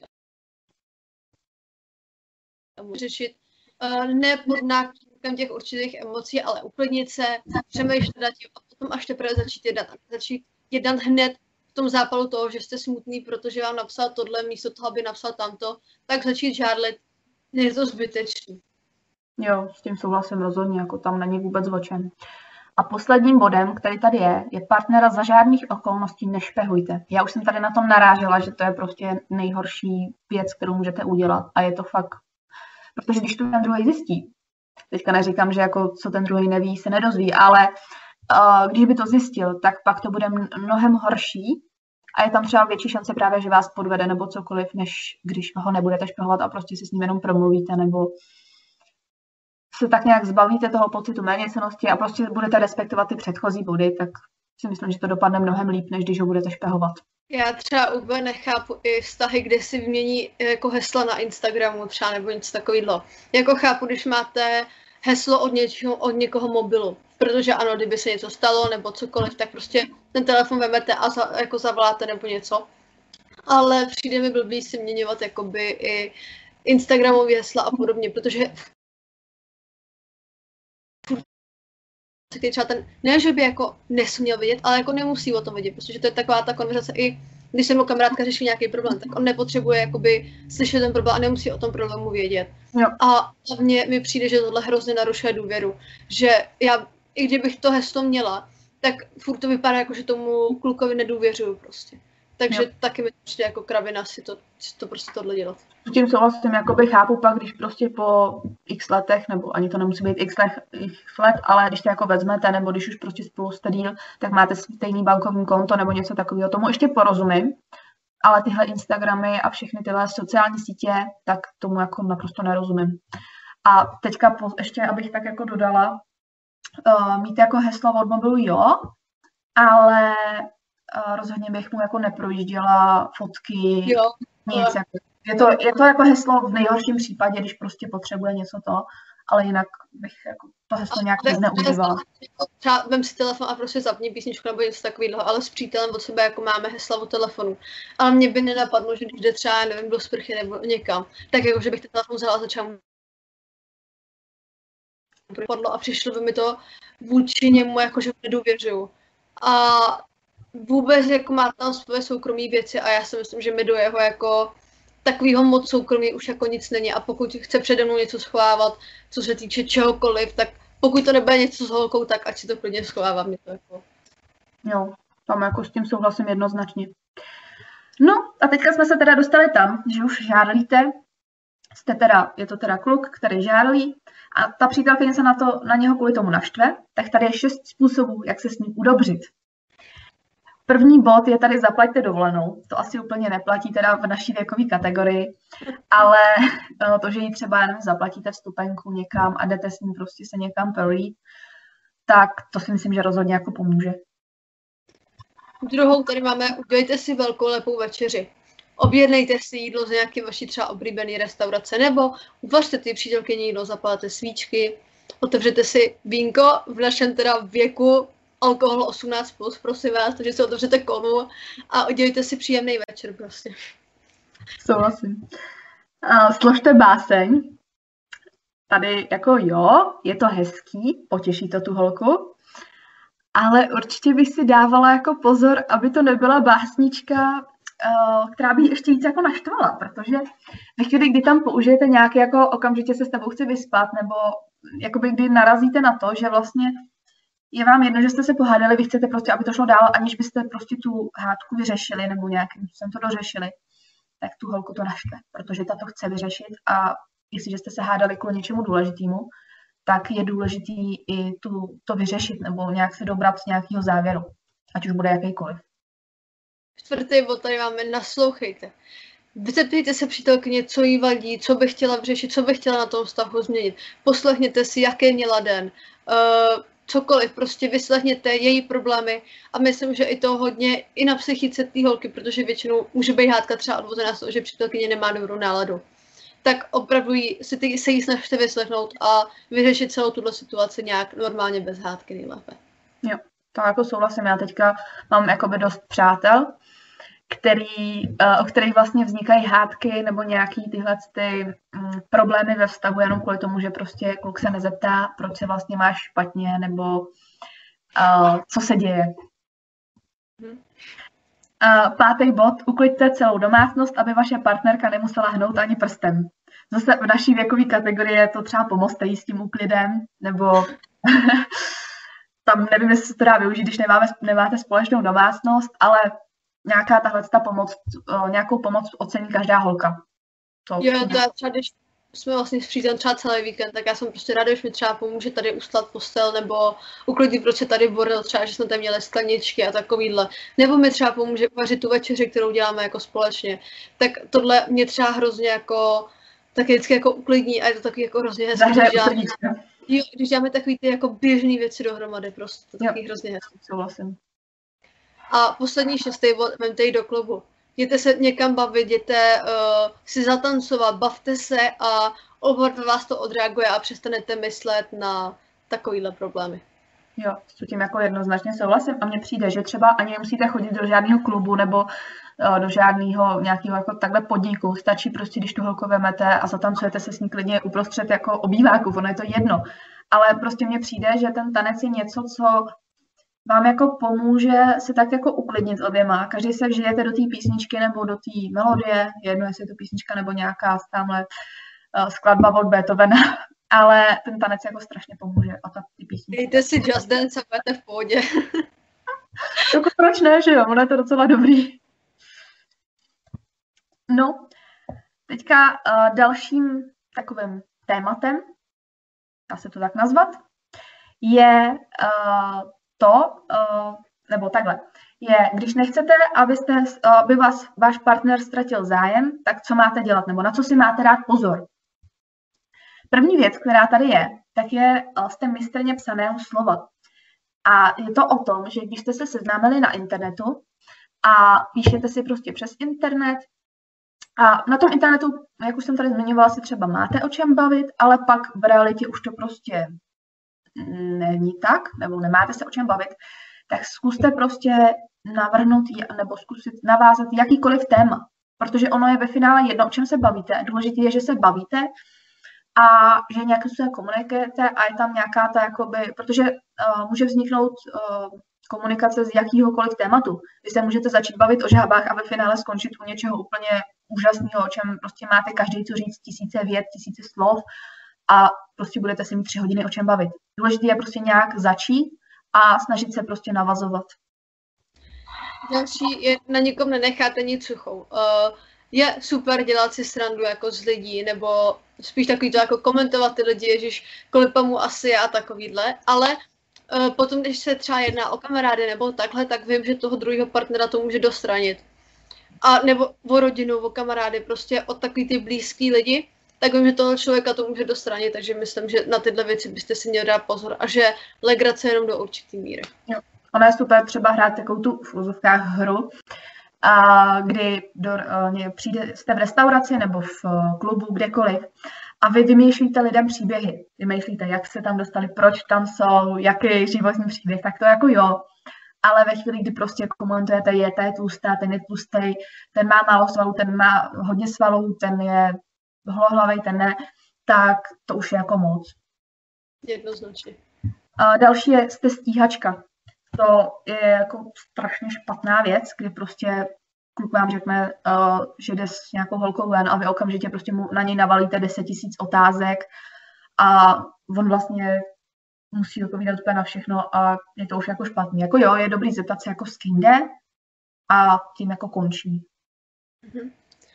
řešit uh, ne pod náklem těch určitých emocí, ale uklidnit se, přemýšlet nad tím a potom až teprve začít jednat. Začít jednat hned v tom zápalu toho, že jste smutný, protože vám napsal tohle, místo toho, aby napsal tamto, tak začít žádlit, je to zbytečný. Jo, s tím souhlasím rozhodně, jako tam není vůbec o čem. A posledním bodem, který tady je, je partnera za žádných okolností nešpehujte. Já už jsem tady na tom narážela, že to je prostě nejhorší věc, kterou můžete udělat a je to fakt. Protože když to ten druhý zjistí, teďka neříkám, že jako co ten druhý neví, se nedozví, ale uh, když by to zjistil, tak pak to bude mnohem horší a je tam třeba větší šance právě, že vás podvede nebo cokoliv, než když ho nebudete špehovat a prostě si s ním jenom promluvíte nebo se tak nějak zbavíte toho pocitu méněcennosti a prostě budete respektovat ty předchozí body, tak si myslím, že to dopadne mnohem líp, než když ho budete špehovat. Já třeba úplně nechápu i vztahy, kde si vymění jako hesla na Instagramu třeba nebo něco takového. Jako chápu, když máte heslo od něčeho, od někoho mobilu. protože ano, kdyby se něco stalo nebo cokoliv, tak prostě ten telefon vemete a za, jako zavoláte nebo něco. Ale přijde mi blbý si měňovat jakoby i Instagramové hesla a podobně, protože třeba ten, ne, že by jako nesměl vidět, ale jako nemusí o tom vidět, protože to je taková ta konverzace i když se mu kamarádka řeší nějaký problém, tak on nepotřebuje jakoby slyšet ten problém a nemusí o tom problému vědět. Jo. A hlavně mi přijde, že tohle hrozně narušuje důvěru, že já, i kdybych to heslo měla, tak furt to vypadá jako, že tomu klukovi nedůvěřuju prostě. Takže jo. Taky mi přijde jako kravina si to, si to prostě tohle dělat. S tím souhlasím, jakoby chápu pak, když prostě po x letech, nebo ani to nemusí být x let, x let, ale když to jako vezmete, nebo když už prostě spolu jste díl, tak máte stejný bankovní konto nebo něco takového, tomu ještě porozumím, ale tyhle Instagramy a všechny tyhle sociální sítě, tak tomu jako naprosto nerozumím. A teďka po, ještě, abych tak jako dodala, uh, mít jako heslo od mobilu jo, ale uh, rozhodně bych mu jako neprojížděla fotky, jo. nic jako. Je to, je to jako heslo v nejhorším případě, když prostě potřebuje něco to, ale jinak bych jako to heslo nějak nezneužívala. Třeba vem si telefon a prostě zapni písničku nebo něco takového, ale s přítelem od sebe jako máme hesla od telefonu. Ale mě by nenapadlo, že když jde třeba, nevím, do sprchy nebo někam, tak jako, že bych ten telefon vzala a začala mu a přišlo by mi to vůči němu, jako že nedůvěřuju. A vůbec jako má tam svoje soukromé věci a já si myslím, že mi do jeho jako takovýho moc soukromí už jako nic není a pokud chce přede mnou něco schovávat, co se týče čehokoliv, tak pokud to nebude něco s holkou, tak ať si to klidně schovává. Mě to jako... Jo, tam jako s tím souhlasím jednoznačně. No a teďka jsme se teda dostali tam, že už žádlíte, jste teda, je to teda kluk, který žádlí a ta přítelkyně se na, to, na něho kvůli tomu naštve, tak tady je šest způsobů, jak se s ním udobřit. První bod je tady zaplaťte dovolenou. To asi úplně neplatí teda v naší věkové kategorii, ale to, že ji třeba jenom zaplatíte vstupenku někam a jdete s ní prostě se někam projít, tak to si myslím, že rozhodně jako pomůže. Druhou tady máme, udělejte si velkou lepou večeři. Objednejte si jídlo z nějaké vaší třeba oblíbené restaurace, nebo uvařte ty přítelkyni jídlo, zapálte svíčky, otevřete si vínko v našem teda věku, alkohol osmnáct plus, prosím vás, takže si otevřete konu a udělejte si příjemný večer prostě. Souhlasím. Uh, složte báseň. Tady jako jo, je to hezký, potěší to tu holku, ale určitě bych si dávala jako pozor, aby to nebyla básnička, uh, která by ještě víc jako naštvala, protože ve chvíli, kdy tam použijete nějaký jako okamžitě se s tebou chci vyspat, nebo jakoby kdy narazíte na to, že vlastně je vám jedno, že jste se pohádali, vy chcete prostě, aby to šlo dál, aniž byste prostě tu hádku vyřešili nebo nějakým způsobem to dořešili, tak tu holku to naštve, protože ta to chce vyřešit a jestliže jste se hádali kvůli něčemu důležitému, tak je důležitý i tu, to vyřešit nebo nějak se dobrat z nějakého závěru, ať už bude jakýkoliv. Čtvrtý bod tady máme, naslouchejte. Zeptejte se přítelkyně, co jí vadí, co by chtěla vyřešit, co by chtěla na tom vztahu změnit. Poslechněte si, jaký měla den. Uh, cokoliv, prostě vyslechněte její problémy a myslím, že i to hodně i na psychice té holky, protože většinou může být hádka třeba odvozená z toho, že přítelkyně nemá dobrou náladu. Tak opravdu jí, si ty, se jí snažte vyslechnout a vyřešit celou tuhle situaci nějak normálně bez hádky nejlépe. Jo, to jako souhlasím. Já teďka mám jakoby dost přátel, který, o kterých vlastně vznikají hádky nebo nějaký tyhle ty mm, problémy ve vztahu jenom kvůli tomu, že prostě kluk se nezeptá, proč se vlastně máš špatně nebo uh, co se děje. Hmm. Uh, pátý bod, ukliďte celou domácnost, aby vaše partnerka nemusela hnout ani prstem. Zase v naší věkové kategorii je to třeba pomozte jí s tím úklidem, nebo tam nevím, jestli se to dá využít, když nemáme, nemáte společnou domácnost, ale nějaká tahle ta pomoc, nějakou pomoc ocení každá holka. To jo, to já třeba, když jsme vlastně s přítelem třeba celý víkend, tak já jsem prostě ráda, když mi třeba pomůže tady uslat postel, nebo uklidit, proč je tady bordel, třeba, že jsme tam měli skleničky a takovýhle. Nebo mi třeba pomůže uvařit tu večeři, kterou děláme jako společně. Tak tohle mě třeba hrozně jako, taky vždycky jako uklidní a je to taky jako hrozně hezké. Když děláme, jo, když děláme takový ty jako běžné věci dohromady, prostě to taky hrozně hezké. Souhlasím. A poslední šestý bod, vemte ji do klubu. Jděte se někam bavit, jděte uh, si zatancovat, bavte se a oba vás to odreaguje a přestanete myslet na takovýhle problémy. Jo, s tím jako jednoznačně souhlasím a mně přijde, že třeba ani nemusíte chodit do žádného klubu nebo do žádného nějakého jako takhle podniku. Stačí prostě, když tu holku vemete a zatancujete se s ní klidně uprostřed jako obýváku, ono je to jedno. Ale prostě mně přijde, že ten tanec je něco, co vám jako pomůže se tak jako uklidnit oběma. Každý se vžijete do té písničky nebo do té melodie, jedno jestli je to písnička nebo nějaká tamhle uh, skladba od Beethovena, ale ten tanec jako strašně pomůže a ta ty písničky. Dejte si Just Dance a budete v pohodě. Jako proč ne, že jo, ono je to docela dobrý. No, teďka uh, dalším takovým tématem, dá se to tak nazvat, je uh, to, uh, nebo takhle, je, když nechcete, abyste, aby vás váš partner ztratil zájem, tak co máte dělat, nebo na co si máte dát pozor. První věc, která tady je, tak je z té mistrně psaného slova. A je to o tom, že když jste se seznámili na internetu a píšete si prostě přes internet, a na tom internetu, jak už jsem tady zmiňovala, si třeba máte o čem bavit, ale pak v realitě už to prostě není tak, nebo nemáte se o čem bavit, tak zkuste prostě navrhnout nebo zkusit navázat jakýkoliv téma, protože ono je ve finále jedno, o čem se bavíte. Důležité je, že se bavíte a že nějak se komunikujete a je tam nějaká ta jakoby, protože uh, může vzniknout uh, komunikace z jakýhokoliv tématu. Vy se můžete začít bavit o žábách a ve finále skončit u něčeho úplně úžasného, o čem prostě máte každý co říct, tisíce vět, tisíce slov a prostě budete si mít tři hodiny o čem bavit. Důležité je prostě nějak začít a snažit se prostě navazovat. Další je, na nikom nenecháte nic suchou. Uh, je super dělat si srandu jako z lidí, nebo spíš takový to jako komentovat ty lidi, ježiš, kolik mu asi a takovýhle, ale uh, potom, když se třeba jedná o kamarády nebo takhle, tak vím, že toho druhého partnera to může dostranit. A nebo o rodinu, o kamarády, prostě od takový ty blízký lidi, tak vím, že toho člověka to může dostranit, takže myslím, že na tyhle věci byste si měli dát pozor a že legrace jenom do určitý míry. Jo. Ono je super třeba hrát takovou tu v úzovkách hru, a kdy do, uh, přijde, jste v restauraci nebo v uh, klubu, kdekoliv a vy vymýšlíte lidem příběhy. Vymýšlíte, jak se tam dostali, proč tam jsou, jaký životní příběh, tak to jako jo. Ale ve chvíli, kdy prostě komentujete, je, ta je tlustá, ten je tlustý, ten má málo svalů, ten má hodně svalů, ten je holohlavej, ten ne, tak to už je jako moc. Jednoznačně. A další je, jste stíhačka. To je jako strašně špatná věc, kdy prostě kluk vám řekne, uh, že jde s nějakou holkou ven a vy okamžitě prostě mu na něj navalíte deset tisíc otázek a on vlastně musí odpovídat úplně na všechno a je to už jako špatný. Jako jo, je dobrý zeptat se jako s kým jde a tím jako končí. Mm-hmm.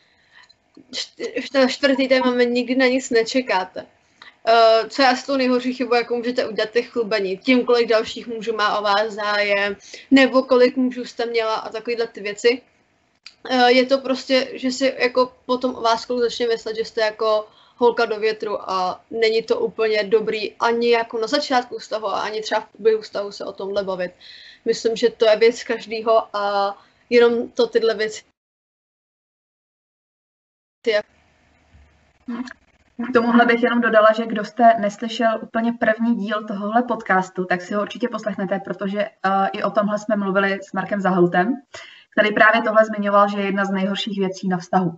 Čtvrtý téma, nikdy na nic nečekáte. Uh, co je asi tou nejhorší chybu, jako můžete udělat těch chlubení. Tím, kolik dalších mužů má o vás zájem, nebo kolik mužů jste měla a takovýhle ty věci. Uh, je to prostě, že si jako potom o vás kluk začne myslet, že jste jako holka do větru a není to úplně dobrý ani jako na začátku vztahu a ani třeba v průběhu vztahu se o tomhle bavit. Myslím, že to je věc každýho a jenom to tyhle věci. K tomuhle bych jenom dodala, že kdo jste neslyšel úplně první díl tohohle podcastu, tak si ho určitě poslechnete, protože uh, i o tomhle jsme mluvili s Markem Zahoutem, který právě tohle zmiňoval, že je jedna z nejhorších věcí na vztahu.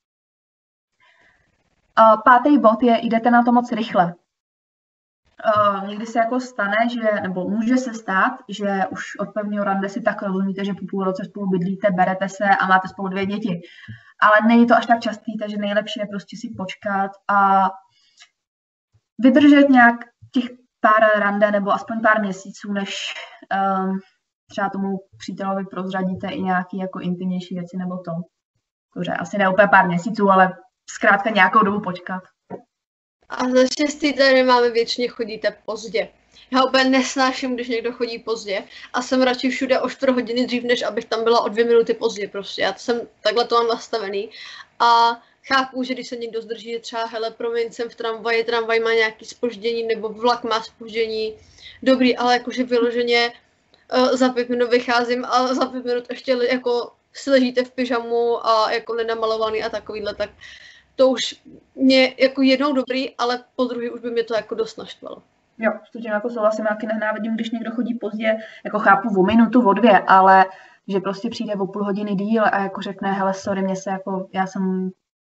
Uh, pátý bod je, jdete na to moc rychle. Uh, někdy se jako stane, že, nebo může se stát, že už od prvního rande si tak rozumíte, že po půl roce spolu bydlíte, berete se a máte spolu dvě děti. Ale není to až tak častý, takže nejlepší je prostě si počkat a vydržet nějak těch pár rande nebo aspoň pár měsíců, než um, třeba tomu přítelovi prozradíte i nějaké jako intimnější věci nebo to. Dobře, asi ne úplně pár měsíců, ale zkrátka nějakou dobu počkat. A za šestý tady máme většině chodíte pozdě. Já úplně nesnáším, když někdo chodí pozdě a jsem radši všude o čtvrt hodiny dřív, než abych tam byla o dvě minuty pozdě prostě. Já jsem takhle to mám nastavený a chápu, že když se někdo zdrží, třeba hele, promiň, jsem v tramvaji, tramvaj má nějaký zpoždění nebo vlak má zpoždění, dobrý, ale jakože vyloženě uh, za pět minut vycházím a za pět minut ještě jako si ležíte v pyžamu a jako nenamalovaný a takovýhle, tak to už mě jako jednou dobrý, ale po druhý už by mě to jako dost naštvalo. Jo, s tím jako souhlasím, já taky nenávidím, když někdo chodí pozdě, jako chápu o minutu, o dvě, ale že prostě přijde o půl hodiny díl a jako řekne, hele, sorry, mě se jako, já jsem,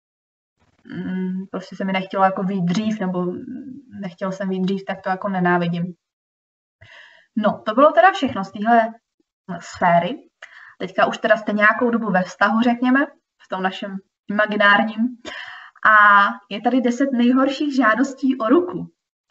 mm, prostě se mi nechtělo jako vyjít dřív, nebo nechtěl jsem vyjít dřív, tak to jako nenávidím. No, to bylo teda všechno z téhle sféry. Teďka už teda jste nějakou dobu ve vztahu, řekněme, v tom našem imaginárním. A je tady deset nejhorších žádostí o ruku.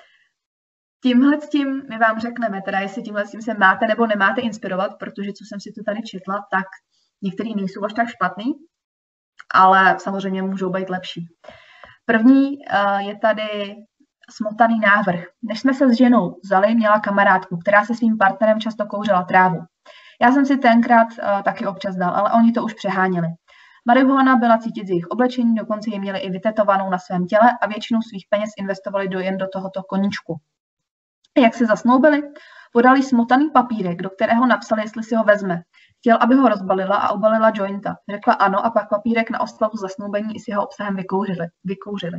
Tímhle s tím my vám řekneme, teda jestli tímhle s tím se máte nebo nemáte inspirovat, protože co jsem si to tady četla, tak některý nejsou až tak špatný, ale samozřejmě můžou být lepší. První uh, je tady smotaný návrh. Než jsme se s ženou vzali, měla kamarádku, která se svým partnerem často kouřila trávu. Já jsem si tenkrát uh, taky občas dal, ale oni to už přeháněli. Marihuana byla cítit z jejich oblečení, dokonce ji měli i vytetovanou na svém těle a většinu svých peněz investovali do, jen do tohoto koníčku. Jak se zasnoubili, podali smotaný papírek, do kterého napsali, jestli si ho vezme. Chtěl, aby ho rozbalila a obalila jointa. Řekla ano a pak papírek na oslavu zasnoubení i s jeho obsahem vykouřili. vykouřili.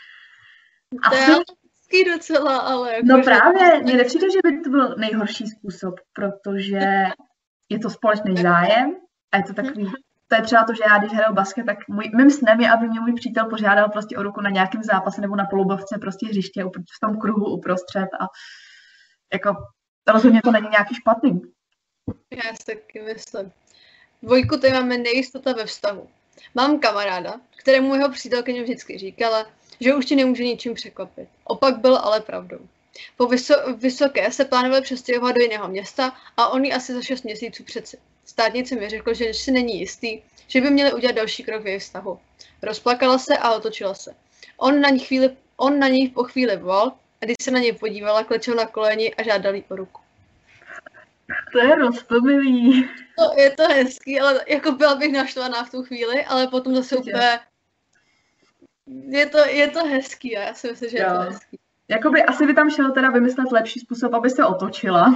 Asi... To je docela, ale... Jako no že... právě, mně nepřijde, že by to byl nejhorší způsob, protože je to společný zájem a je to takový... To je třeba to, že já, když hraju basket, tak můj, mým snem je, aby mě můj přítel požádal prostě o ruku na nějakém zápase nebo na polubovce prostě hřiště v tom kruhu uprostřed a jako rozhodně to není nějaký špatný. Já si taky myslím. Dvojku, tady máme nejistota ve vztahu. Mám kamaráda, kterému jeho přítelkyně vždycky říkala, že už ti nemůže ničím překvapit. Opak byl ale pravdou. Po vyso- vysoké se plánovali přestěhovat do jiného města a on jí asi za šest měsíců před státnici mi řekl, že si není jistý, že by měli udělat další krok v jejich vztahu. Rozplakala se a otočila se. On na ní, chvíli, on na ní po chvíli volal a když se na něj podívala, klečel na koleni a žádal jí o ruku. To je roztomilý. To, je to hezký, ale jako byla bych naštvaná v tu chvíli, ale potom zase úplně... Je to, je to hezký a já si myslím, že jo. Je to hezký. Jakoby asi by tam šlo teda vymyslet lepší způsob, aby se otočila.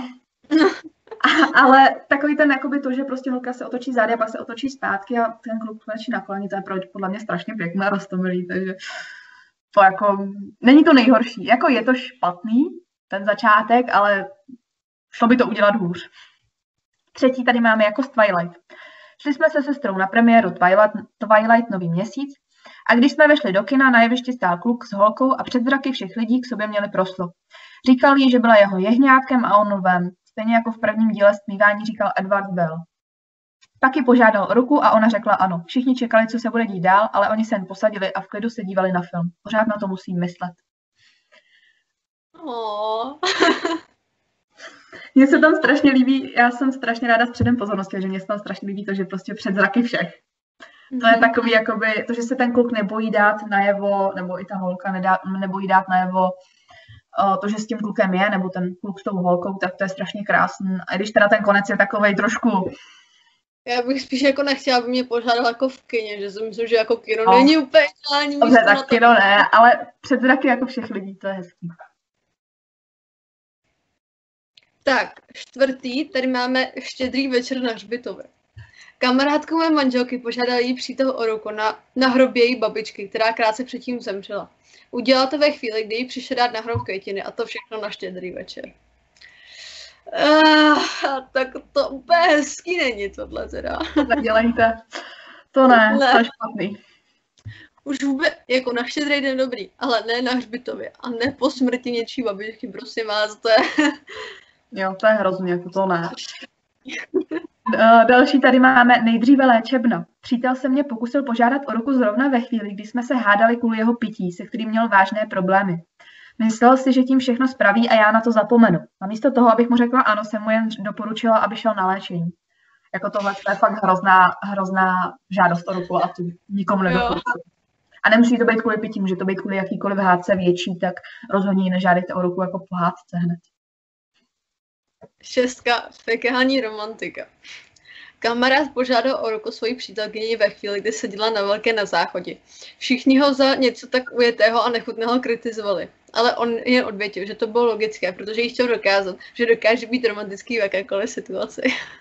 Ale takový ten, jakoby to, že prostě holka se otočí zády a pak se otočí zpátky a ten kluk klečí na koleni, to je podle mě strašně pěkné a roztomilý, takže to jako, není to nejhorší. Jako je to špatný, ten začátek, ale šlo by to udělat hůř. Třetí tady máme jako z Twilight. Šli jsme se sestrou na premiéru Twilight, Twilight Nový měsíc a když jsme vešli do kina, na jevišti stál kluk s holkou a před zraky všech lidí k sobě měli proslov. Říkal jí, že byla jeho jehňátkem a on lvem. Stejně jako v prvním díle Stmívání říkal Edward Bell. Pak ji požádal o ruku a ona řekla ano. Všichni čekali, co se bude dít dál, ale oni se jen posadili a v klidu se dívali na film. Pořád na to musím myslet. Oh. Mně se tam strašně líbí, já jsem strašně ráda s předem pozornosti, že mě se tam strašně líbí to, že prostě před zraky všech. To je takový, jakoby, to, že se ten kluk nebojí dát najevo, nebo i ta holka nedá, nebojí dát najevo, to, že s tím klukem je, nebo ten kluk s tou holkou, tak to je strašně krásný. A když teda ten konec je takovej trošku... Já bych spíš jako nechtěla, aby mě požádala jako v kině, že si myslím, že jako kino no. Není úplně ideální místo. Dobře, tak kino ne, ale před zraky jako všech lidí, to je hezký. Tak, čtvrtý, tady máme štědrý večer na hřbitově. Kamarádku mé manželky požádala jí přítel o ruku na, na hrobě její babičky, která krátce předtím zemřela. Udělala to ve chvíli, kdy jí přišel dát na hrob květiny a to všechno na štědrý večer. Uh, tak to úplně hezký není tohle teda. Nedělejte. To ne, ne, to je špatný. Už vůbec, jako na štědrý den dobrý, ale ne na hřbitově a ne po smrti něčí babičky, prosím vás, to je... Jo, to je hrozně, jako to ne. Další tady máme nejdříve léčebna. Přítel se mě pokusil požádat o ruku zrovna ve chvíli, kdy jsme se hádali kvůli jeho pití, se kterým měl vážné problémy. Myslel si, že tím všechno spraví a já na to zapomenu. A místo toho, abych mu řekla ano, jsem mu jen doporučila, aby šel na léčení. Jako tohle je fakt hrozná, hrozná žádost o ruku a tu nikomu nedoporučuji. A nemusí to být kvůli pití, může to být kvůli jakýkoliv hádce větší, tak rozhodně nežádejte o ruku jako po hádce hned. Šestka, fekální romantika. Kamarád požádal o ruku svoji přítelkyni ve chvíli, kdy seděla na velké na záchodě. Všichni ho za něco tak ujetého a nechutného kritizovali, ale on jen odvětil, že to bylo logické, protože jí chtěl dokázat, že dokáže být romantický v jakékoliv situaci.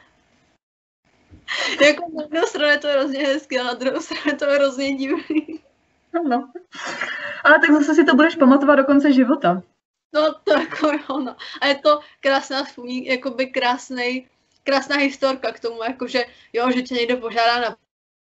Jako na jednu stranu je to hrozně hezké, a na druhou stranu je to hrozně divný. No, ale tak zase si to budeš pamatovat do konce života. No to jako jo, no. A je to krásná vzpomínka, jakoby krásnej, krásná historka k tomu, jakože jo, že tě někdo požádá na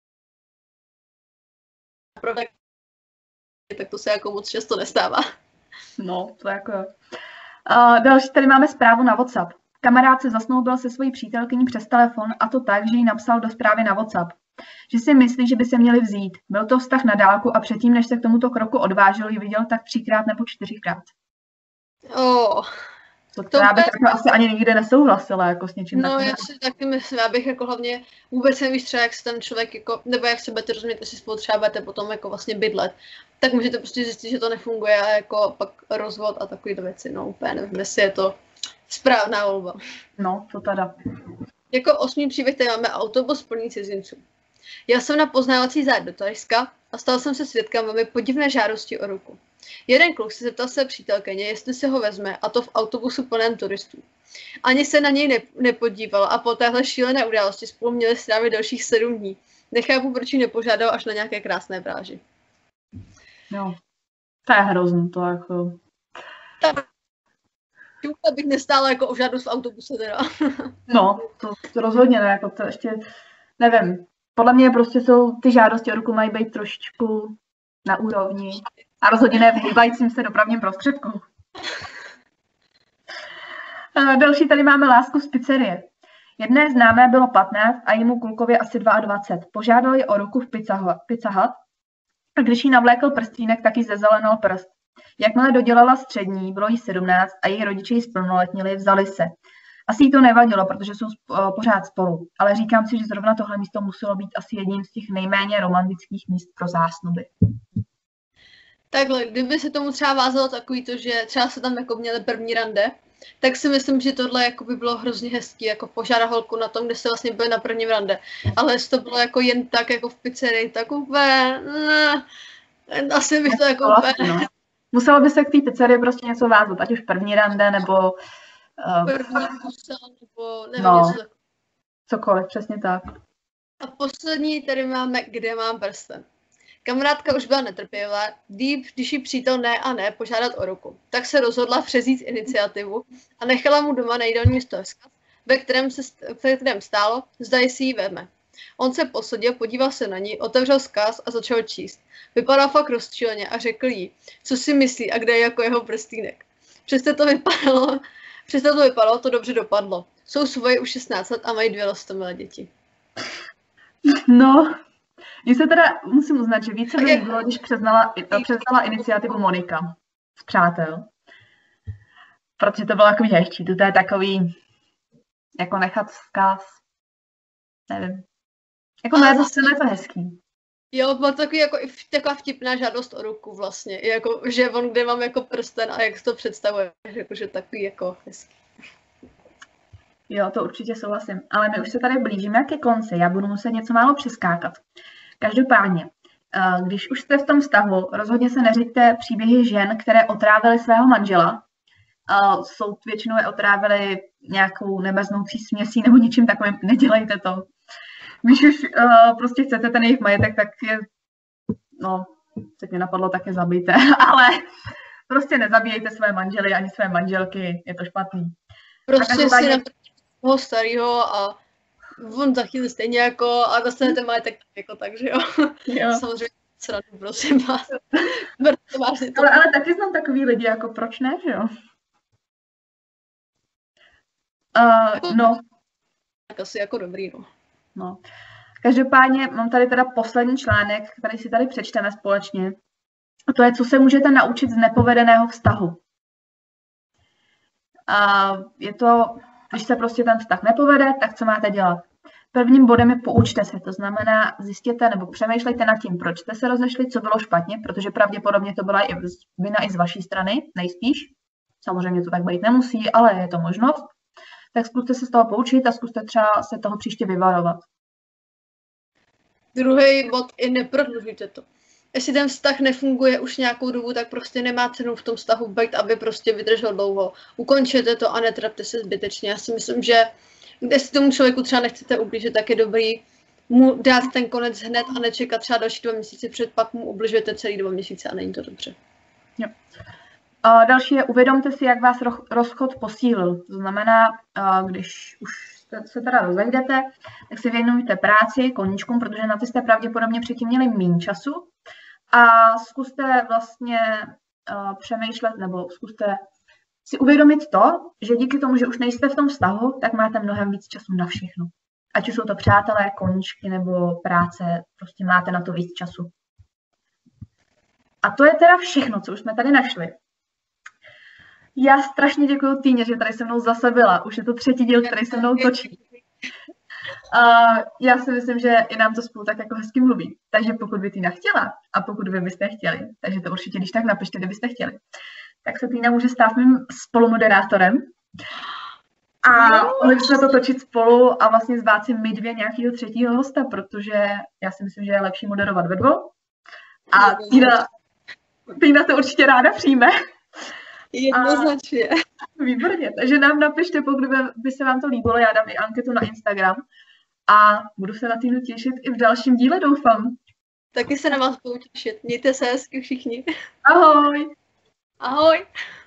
pravda, tak to se jako moc často nestává. No, to jako jo. Uh, další tady máme zprávu na WhatsApp. Kamarád se zasnoubil se svojí přítelkyní přes telefon a to tak, že jí napsal do zprávy na WhatsApp, že si myslí, že by se měli vzít. Byl to vztah na dálku a předtím, než se k tomuto kroku odvážil, ji viděl tak třikrát nebo čtyřikrát. Oh. To, to já bych to jako asi ani nikdy nesouhlasila jako s něčím no, takovým. No já si taky myslím, já bych jako hlavně vůbec nevíš třeba, jak se ten člověk jako, nebo jak se budete rozumět, jestli spolu třeba budete potom jako vlastně bydlet, tak můžete prostě zjistit, že to nefunguje a jako pak rozvod a takovýhle věci, no úplně nevím, jestli je to správná volba. No, to teda. Jako osmý příběh tady máme autobus plný cizinců. Já jsem na poznávací zájezd do Thajska a stal jsem se svědkem velmi podivné žádosti o ruku. Jeden kluk se zeptal své přítelkyně, jestli se ho vezme, a to v autobusu plném turistů. Ani se na něj ne- nepodíval a po téhle šílené události spolu měli strávit dalších sedm dní. Nechápu, proč ji nepožádal až na nějaké krásné pláži. Jo, to je hrozný, to jako... Tak, bych nestála jako o žádost v autobuse teda. No, to, to rozhodně ne, jako to ještě, nevím. Podle mě prostě jsou, ty žádosti o ruku mají být trošičku na úrovni. A rozhodně ne v hýbajícím se dopravním prostředku. Další tady máme lásku z pizzerie. Jedné známé bylo patnáct a jejímu klukovi asi dvacet dva. Požádali o ruku v Pizza Hut a když jí navlékl prstýnek, tak jí zezelenal prst. Jakmile dodělala střední, bylo jí sedmnáct a její rodiče ji splnoletnili, vzali se. Asi jí to nevadilo, protože jsou pořád spolu, ale říkám si, že zrovna tohle místo muselo být asi jedním z těch nejméně romantických míst pro zásnuby. Takhle, kdyby se tomu třeba vázalo takový to, že třeba se tam jako měli první rande, tak si myslím, že tohle jako by bylo hrozně hezký, jako požádat holku na tom, kde se vlastně byli na prvním rande. Ale jestli to bylo jako jen tak, jako v pizzerii, tak úplně, ne, asi bych to jako úplně... No. Muselo by se k té pizzerii prostě něco vázat, ať už první rande, nebo... Uh, první kusa, nebo nevím, no, něco takového. Cokoliv, přesně tak. A poslední tady máme, kde mám prsten. Kamarádka už byla netrpělivá, Deep, když jí přítel ne a ne požádat o ruku, tak se rozhodla přezít iniciativu a nechala mu doma nejídelní vzkaz, ve kterém, se, ve kterém stálo, zda si ji veme. On se posadil, podíval se na ní, otevřel vzkaz a začal číst. Vypadal fakt rozčileně a řekl jí, co si myslí a kde je jako jeho prstýnek. Přesto to vypadalo, přesto to vypadalo, to dobře dopadlo. Jsou svoje už šestnáct let a mají dvě roztomilé děti. No... Mně se teda musím uznat, že více by líbilo, když přeznala, převzala iniciativu Monika z Přátel. Protože to bylo takový hezčí. To je takový, jako nechat vzkaz. Nevím. Jako na jednu stranu je to hezký. Jo, bylo takový jako, taková vtipná žádost o ruku vlastně. Jako, že on kde mám jako prsten a jak to představuje. Jako, že takový jako hezký. Jo, to určitě souhlasím. Ale my už se tady blížíme ke konci. Já budu muset něco málo přeskákat. Každopádně, když už jste v tom vztahu, rozhodně se neřiďte příběhy žen, které otrávily svého manžela. Jsou většinou je otrávily nějakou nemeznoucí směsí nebo něčím takovým. Nedělejte to. Když už prostě chcete ten jejich majetek, tak je, no, teď mě napadlo, tak je zabijte. Ale prostě nezabíjejte své manžely ani své manželky, je to špatný. Prostě si na toho starého a on za chvíli stejně jako a dostanete majetek jako tak, že jo. jo. Samozřejmě sradu, prosím vás. ale, ale taky znám takový lidi, jako proč ne, že jo? Uh, no. Tak asi jako dobrý, no. no. Každopádně mám tady teda poslední článek, který si tady přečteme společně. A to je, co se můžete naučit z nepovedeného vztahu. A je to, když se prostě ten vztah nepovede, tak co máte dělat? Prvním bodem je poučte se, to znamená zjistěte nebo přemýšlejte nad tím, proč jste se rozešli, co bylo špatně, protože pravděpodobně to byla i vina i z vaší strany, nejspíš. Samozřejmě to tak být nemusí, ale je to možnost. Tak zkuste se z toho poučit a zkuste třeba se toho příště vyvarovat. Druhý bod je neprodlužujte to. Jestli ten vztah nefunguje už nějakou dobu, tak prostě nemá cenu v tom vztahu být, aby prostě vydržel dlouho. Ukončete to a netrapte se zbytečně. Já si myslím, že jestli tomu člověku třeba nechcete ublížit, tak je dobrý mu dát ten konec hned a nečekat třeba další dva měsíce před, pak mu ubližujete celý dva měsíce a není to dobře. Jo. Uh, další je, uvědomte si, jak vás ro- rozchod posílil. To znamená, uh, když už se teda rozejdete, tak si věnujte práci, koníčkům, protože na ty jste pravděpodobně předtím měli méně času. A zkuste vlastně uh, přemýšlet, nebo zkuste si uvědomit to, že díky tomu, že už nejste v tom vztahu, tak máte mnohem víc času na všechno. Ať už jsou to přátelé, koníčky nebo práce, prostě máte na to víc času. A to je teda všechno, co už jsme tady našli. Já strašně děkuji Týně, že tady se mnou zase byla. Už je to třetí díl, který se mnou točí. A já si myslím, že i nám to spolu tak jako hezky mluví. Takže pokud by Týna chtěla a pokud vy byste chtěli, takže to určitě když tak napište, kdybyste chtěli, tak se Týna může stát mým spolumoderátorem. A mohli bychom to točit spolu a vlastně zvát si my dvě nějakého třetího hosta, protože já si myslím, že je lepší moderovat ve dvou. A Týna, Týna to určitě ráda přijme. Jednoznačně. A, výborně, takže nám napište, pokud by, by se vám to líbilo, já dám i anketu na Instagram a budu se na Týnu těšit i v dalším díle, doufám. Taky se na vás budu těšit. Mějte se hezky všichni. Ahoj. Ahoj.